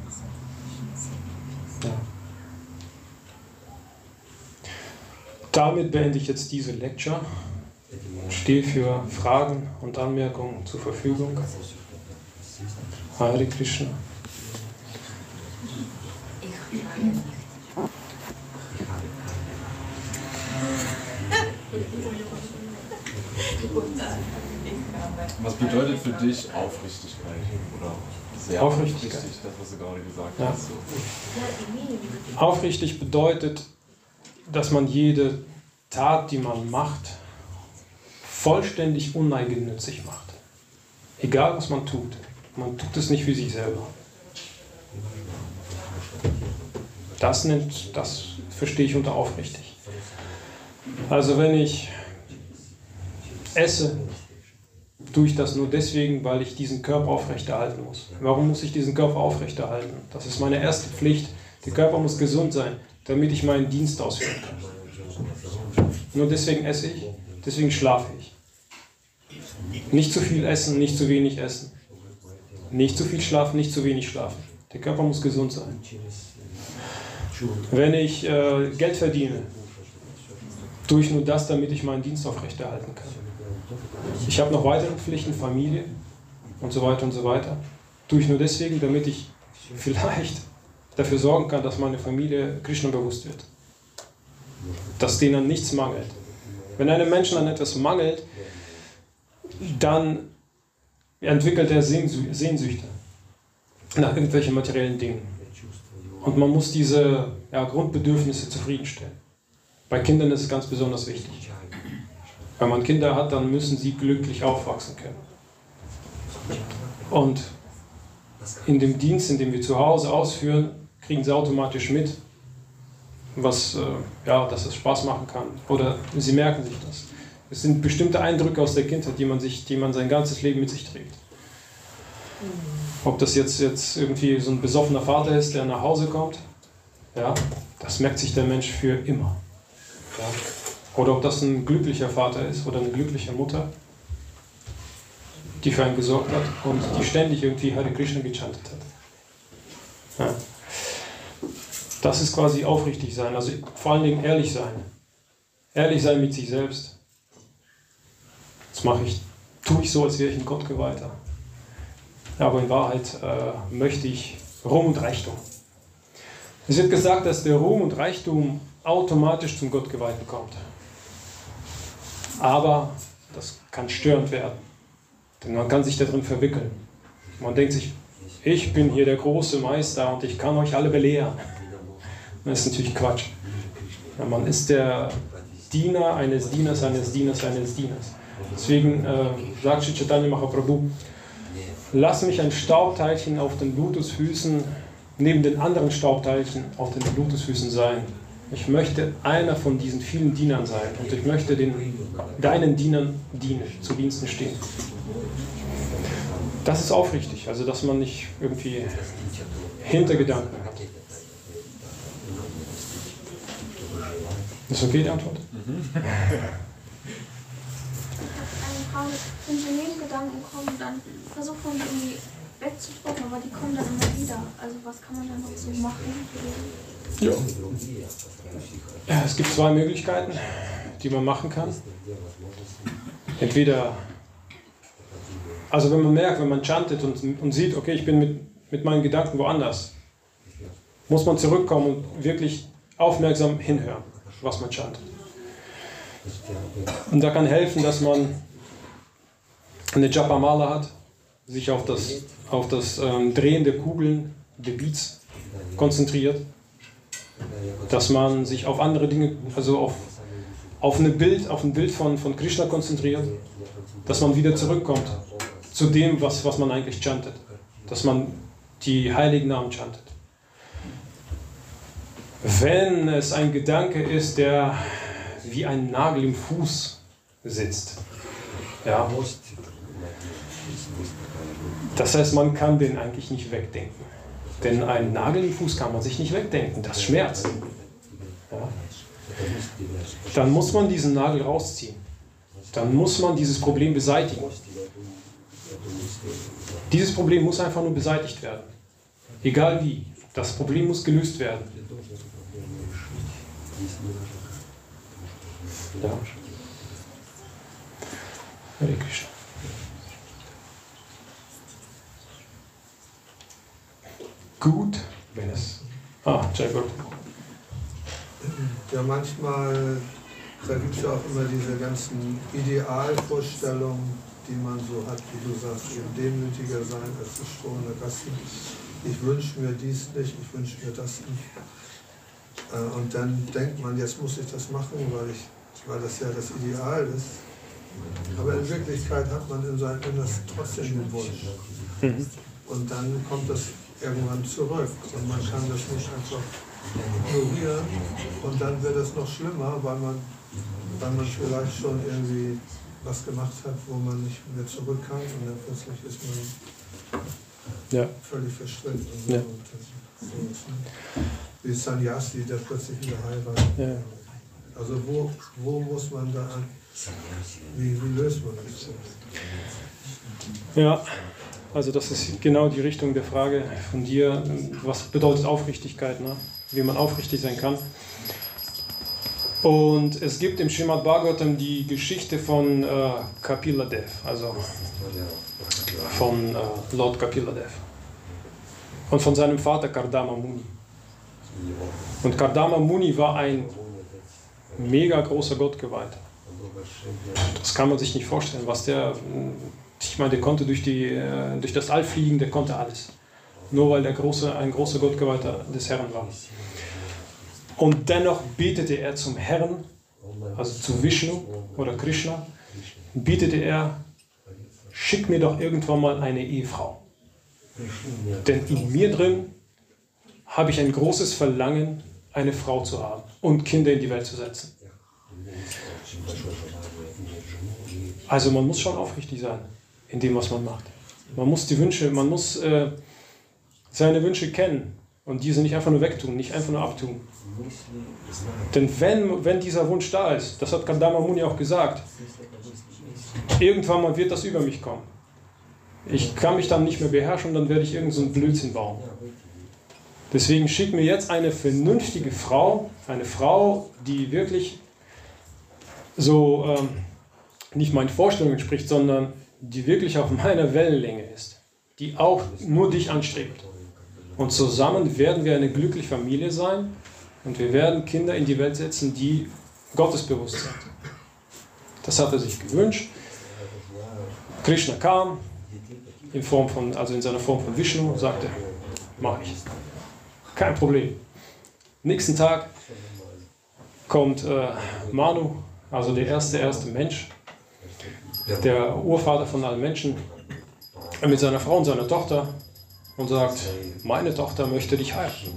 [SPEAKER 1] Ja. Damit beende ich jetzt diese Lecture. Stehe für Fragen und Anmerkungen zur Verfügung. Hare Krishna.
[SPEAKER 4] Was bedeutet für dich Aufrichtigkeit? Oder sehr
[SPEAKER 1] Aufrichtigkeit,
[SPEAKER 4] das, was du gerade gesagt
[SPEAKER 1] ja.
[SPEAKER 4] hast. So.
[SPEAKER 1] Aufrichtig bedeutet, dass man jede Tat, die man macht, vollständig uneigennützig macht. Egal, was man tut. Man tut es nicht für sich selber. Das verstehe ich unter aufrichtig. Also wenn ich esse, tue ich das nur deswegen, weil ich diesen Körper aufrechterhalten muss. Warum muss ich diesen Körper aufrechterhalten? Das ist meine erste Pflicht. Der Körper muss gesund sein, damit ich meinen Dienst ausführen kann. Nur deswegen esse ich, deswegen schlafe ich. Nicht zu viel essen, nicht zu wenig essen. Nicht zu viel schlafen, nicht zu wenig schlafen. Der Körper muss gesund sein. Wenn ich Geld verdiene, tue ich nur das, damit ich meinen Dienst aufrechterhalten kann. Ich habe noch weitere Pflichten, Familie und so weiter und so weiter. Tue ich nur deswegen, damit ich vielleicht dafür sorgen kann, dass meine Familie Krishna bewusst wird. Dass denen an nichts mangelt. Wenn einem Menschen an etwas mangelt, dann entwickelt er Sehnsüchte nach irgendwelchen materiellen Dingen. Und man muss diese Grundbedürfnisse zufriedenstellen. Bei Kindern ist es ganz besonders wichtig. Wenn man Kinder hat, dann müssen sie glücklich aufwachsen können. Und in dem Dienst, in dem wir zu Hause ausführen, kriegen sie automatisch mit, dass es Spaß machen kann. Oder sie merken sich das. Es sind bestimmte Eindrücke aus der Kindheit, die man sein ganzes Leben mit sich trägt. Ob das jetzt irgendwie so ein besoffener Vater ist, der nach Hause kommt, ja, das merkt sich der Mensch für immer. Ja. Oder ob das ein glücklicher Vater ist oder eine glückliche Mutter, die für einen gesorgt hat und die ständig irgendwie Hare Krishna gechantet hat. Ja. Das ist quasi aufrichtig sein, also vor allen Dingen ehrlich sein. Ehrlich sein mit sich selbst. Das tue ich so, als wäre ich ein Gottgeweihter. Aber in Wahrheit möchte ich Ruhm und Reichtum. Es wird gesagt, dass der Ruhm und Reichtum automatisch zum Gottgeweihten kommt. Aber das kann störend werden. Denn man kann sich darin verwickeln. Man denkt sich, ich bin hier der große Meister und ich kann euch alle belehren. Das ist natürlich Quatsch. Ja, man ist der Diener eines Dieners, eines Dieners, eines Dieners. Deswegen sagt Sri Chaitanya Mahaprabhu, lass mich ein Staubteilchen auf den Lotusfüßen, neben den anderen Staubteilchen auf den Lotusfüßen sein. Ich möchte einer von diesen vielen Dienern sein und ich möchte deinen Dienern dienen, zu Diensten stehen. Das ist aufrichtig, also dass man nicht irgendwie Hintergedanken hat. Ist okay die Antwort?
[SPEAKER 3] Wenn so Nebengedanken kommen, dann versucht man die irgendwie wegzudrücken, aber die kommen dann immer wieder. Also was kann man dann noch so machen?
[SPEAKER 1] Ja, es gibt zwei Möglichkeiten, die man machen kann. Entweder, also wenn man merkt, wenn man chantet und sieht, okay, ich bin mit meinen Gedanken woanders, muss man zurückkommen und wirklich aufmerksam hinhören, was man chantet. Und da kann helfen, dass man eine Japamala hat, sich auf das Drehen der Kugeln, der Beats konzentriert, dass man sich auf andere Dinge, also auf ein Bild von Krishna konzentriert, dass man wieder zurückkommt zu dem, was man eigentlich chantet. Dass man die heiligen Namen chantet. Wenn es ein Gedanke ist, der wie ein Nagel im Fuß sitzt, ja, das heißt, man kann den eigentlich nicht wegdenken. Denn einen Nagel im Fuß kann man sich nicht wegdenken, das schmerzt. Ja. Dann muss man diesen Nagel rausziehen. Dann muss man dieses Problem beseitigen. Dieses Problem muss einfach nur beseitigt werden. Egal wie. Das Problem muss gelöst werden. Ja. Hare Krishna. Gut, wenn es... Jaipur.
[SPEAKER 5] Ja, manchmal, da gibt es ja auch immer diese ganzen Idealvorstellungen, die man so hat, wie du sagst, eben demütiger sein als das stohende Gassen. Ich wünsche mir dies nicht, ich wünsche mir das nicht. Und dann denkt man, jetzt muss ich das machen, weil das ja das Ideal ist. Aber in Wirklichkeit hat man in seinem Innersten trotzdem den Wunsch. Und dann kommt das irgendwann zurück und man kann das nicht einfach ignorieren und dann wird es noch schlimmer, weil man vielleicht schon irgendwie was gemacht hat, wo man nicht mehr zurück kann und dann plötzlich ist man völlig verstrickt. Und so.
[SPEAKER 1] Ja.
[SPEAKER 5] Und das, so ist, ne? Wie Sannyasi, der plötzlich wieder heiratet.
[SPEAKER 1] Ja.
[SPEAKER 5] Also wo muss man da an? Wie löst man das?
[SPEAKER 1] Ja, also das ist genau die Richtung der Frage von dir. Was bedeutet Aufrichtigkeit, ne? Wie man aufrichtig sein kann. Und es gibt im Srimad Bhagavatam die Geschichte von Kapila Dev, also von Lord Kapila Dev und von seinem Vater Kardama Muni. Und Kardama Muni war ein mega großer Gottgeweihter. Das kann man sich nicht vorstellen, was der, ich meine, der konnte durch das All fliegen, der konnte alles. Nur weil der ein großer Gottgeweihter des Herrn war. Und dennoch betete er zum Herrn, also zu Vishnu oder Krishna, betete er, schick mir doch irgendwann mal eine Ehefrau. Denn in mir drin habe ich ein großes Verlangen, eine Frau zu haben und Kinder in die Welt zu setzen. Also man muss schon aufrichtig sein in dem, was man macht. Man muss seine Wünsche kennen und diese nicht einfach nur wegtun, nicht einfach nur abtun. Denn wenn dieser Wunsch da ist, das hat Kardama Muni auch gesagt, irgendwann mal wird das über mich kommen. Ich kann mich dann nicht mehr beherrschen und dann werde ich irgend so einen Blödsinn bauen. Deswegen schick mir jetzt eine vernünftige Frau, eine Frau, die wirklich so nicht meinen Vorstellungen entspricht, sondern die wirklich auf meiner Wellenlänge ist, die auch nur dich anstrebt. Und zusammen werden wir eine glückliche Familie sein und wir werden Kinder in die Welt setzen, die gottesbewusst sind. Das hat er sich gewünscht. Krishna kam in seiner Form von Vishnu und sagte, mach ich. Kein Problem. Nächsten Tag kommt Manu, also der erste Mensch, der Urvater von allen Menschen, mit seiner Frau und seiner Tochter und sagt, meine Tochter möchte dich heiraten.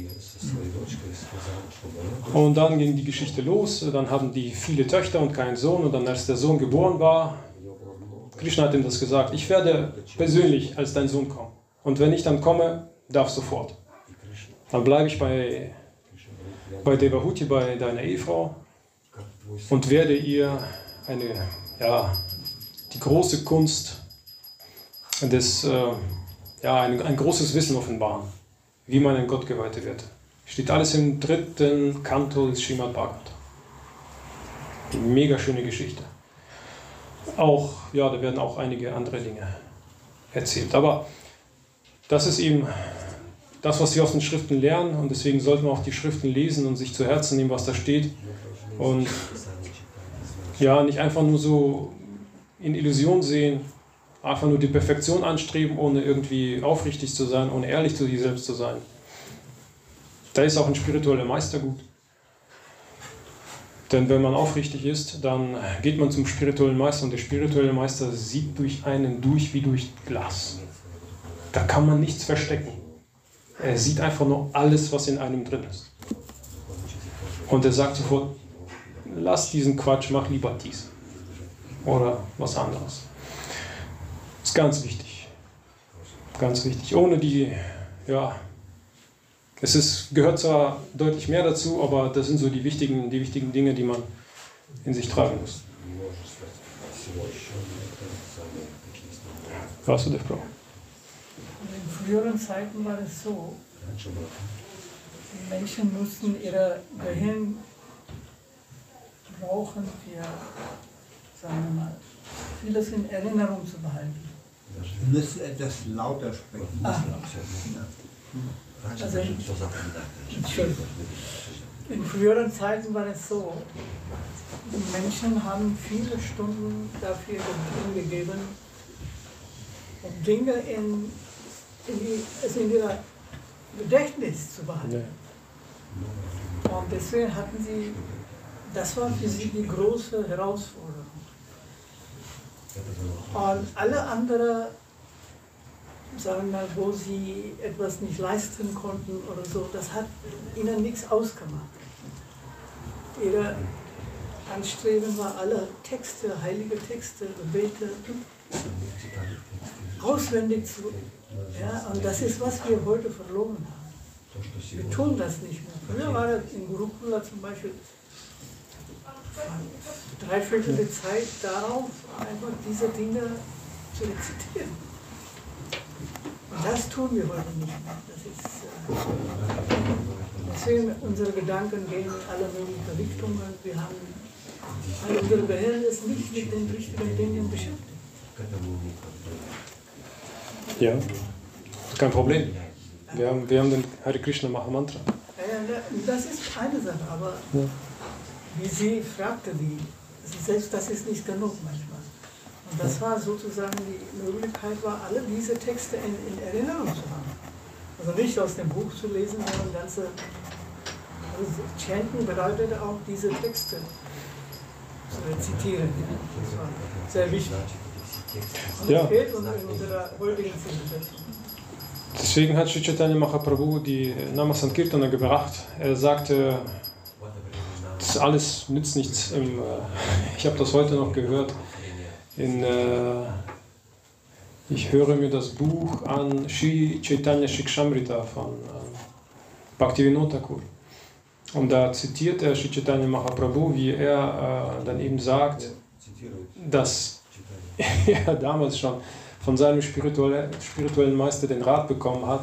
[SPEAKER 1] Und dann ging die Geschichte los, dann hatten die viele Töchter und keinen Sohn und dann als der Sohn geboren war, Krishna hat ihm das gesagt, ich werde persönlich als dein Sohn kommen und wenn ich dann komme, darf sofort. Dann bleibe ich bei Devahuti, bei deiner Ehefrau und werde ihr die große Kunst ein großes Wissen offenbaren, wie man ein Gottgeweihter wird. Steht alles im 3. Kanto des Srimad Bhagavatam. Eine mega schöne Geschichte. Da werden auch einige andere Dinge erzählt. Aber das ist eben das, was wir aus den Schriften lernen und deswegen sollten wir auch die Schriften lesen und sich zu Herzen nehmen, was da steht. Und nicht einfach nur so in Illusion sehen, einfach nur die Perfektion anstreben, ohne irgendwie aufrichtig zu sein, ohne ehrlich zu sich selbst zu sein. Da ist auch ein spiritueller Meister gut. Denn wenn man aufrichtig ist, dann geht man zum spirituellen Meister und der spirituelle Meister sieht durch einen durch wie durch Glas. Da kann man nichts verstecken. Er sieht einfach nur alles, was in einem drin ist. Und er sagt sofort, lass diesen Quatsch, mach lieber dies. Oder was anderes. Das ist ganz wichtig. Ganz wichtig. Ohne die, ja, gehört zwar deutlich mehr dazu, aber das sind so die wichtigen Dinge, die man in sich tragen muss. Was du, Frau?
[SPEAKER 6] In früheren Zeiten war es so, die Menschen mussten ihr Gehirn brauchen für, sagen wir mal, vieles in Erinnerung zu behalten.
[SPEAKER 2] Wir müssen etwas lauter sprechen.
[SPEAKER 6] Also, Entschuldigung. In früheren Zeiten war es so, die Menschen haben viele Stunden dafür gegeben, um Dinge in ihr Gedächtnis zu behalten. Und deswegen hatten sie, das war für sie die große Herausforderung. Und alle anderen, sagen wir mal, wo sie etwas nicht leisten konnten oder so, das hat ihnen nichts ausgemacht. Ihre Anstreben war, alle Texte, heilige Texte, Gebete auswendig zu. Ja, und das ist, was wir heute verloren haben. Wir tun das nicht mehr. Früher war das in Gurukula zum Beispiel 3/4 der Zeit darauf, einfach diese Dinge zu rezitieren. Und das tun wir heute nicht mehr. Das ist, deswegen unsere Gedanken gehen in alle möglichen Richtungen. Wir haben, weil unser Gehirn ist nicht mit den richtigen Dingen beschäftigt.
[SPEAKER 1] Ja, kein Problem. Wir haben den Hare Krishna Maha Mantra.
[SPEAKER 6] Ja, das ist eine Sache, aber wie sie fragte, selbst das ist nicht genug manchmal. Und das war sozusagen die Möglichkeit, alle diese Texte in Erinnerung zu haben. Also nicht aus dem Buch zu lesen, sondern ganze. Also Chanten bedeutet auch, diese Texte zu rezitieren. Das war sehr wichtig. Und das fehlt uns in unserer heutigen Zivilisation.
[SPEAKER 1] Deswegen hat Sri Chaitanya Mahaprabhu die Namasankirtana gebracht. Er sagte, das alles nützt nichts. Ich habe das heute noch gehört. Ich höre mir das Buch an Sri Chaitanya Shikshamrita von Bhaktivinoda Thakur. Und da zitiert er Sri Chaitanya Mahaprabhu, wie er dann eben sagt, dass er damals schon von seinem spirituellen Meister den Rat bekommen hat,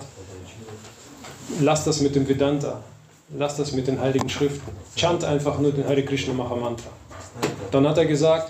[SPEAKER 1] lass das mit dem Vedanta, lass das mit den heiligen Schriften, chant einfach nur den Hare Krishna Maha Mantra. Dann hat er gesagt,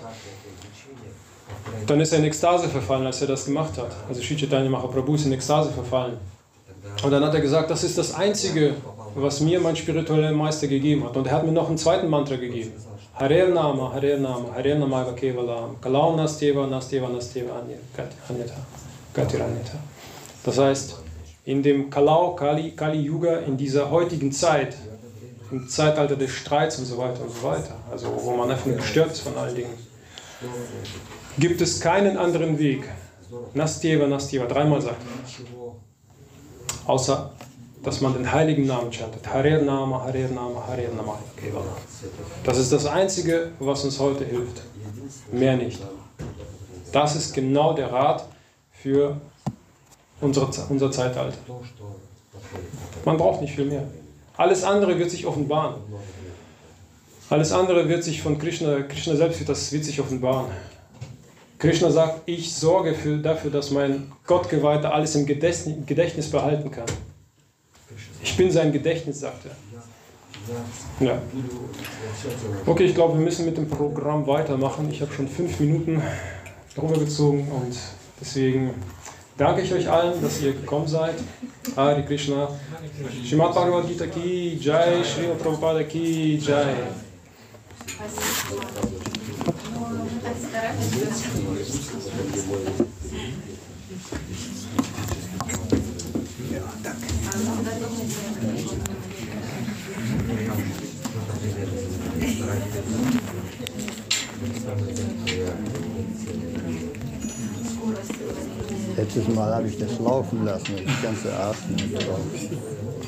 [SPEAKER 1] dann ist er in Ekstase verfallen, als er das gemacht hat. Also Sri Chaitanya Mahaprabhu ist in Ekstase verfallen. Und dann hat er gesagt, das ist das Einzige, was mir mein spiritueller Meister gegeben hat. Und er hat mir noch einen zweiten Mantra gegeben. Hare Nama, Hare Nama, Hare Nama Kevalam, Kalau Nasteva, Nasteva, Nasteva, Anyata, Gatiranyata. Das heißt, in dem Kali Yuga, in dieser heutigen Zeit, im Zeitalter des Streits und so weiter, also wo man einfach nur gestört ist von allen Dingen, gibt es keinen anderen Weg. Nasteva, Nasteva, dreimal sagt er. Außer, dass man den heiligen Namen chantet. Hare Nama, Hare Nama, Hare Nama. Das ist das Einzige, was uns heute hilft. Mehr nicht. Das ist genau der Rat für unser Zeitalter. Man braucht nicht viel mehr. Alles andere wird sich offenbaren. Alles andere wird sich von Krishna selbst wird sich offenbaren. Krishna sagt, ich sorge dafür, dass mein Gottgeweihter alles im Gedächtnis behalten kann. Ich bin sein Gedächtnis, sagt er. Ja. Okay, ich glaube, wir müssen mit dem Programm weitermachen. Ich habe schon 5 Minuten drüber gezogen und deswegen danke ich euch allen, dass ihr gekommen seid. Hare Krishna. Srimad Bhagavad Gita ki Jai, Srila Prabhupada ki Jai.
[SPEAKER 7] Скорость.
[SPEAKER 2] Letztes Mal habe ich das laufen lassen, das ganze Atmen drauf.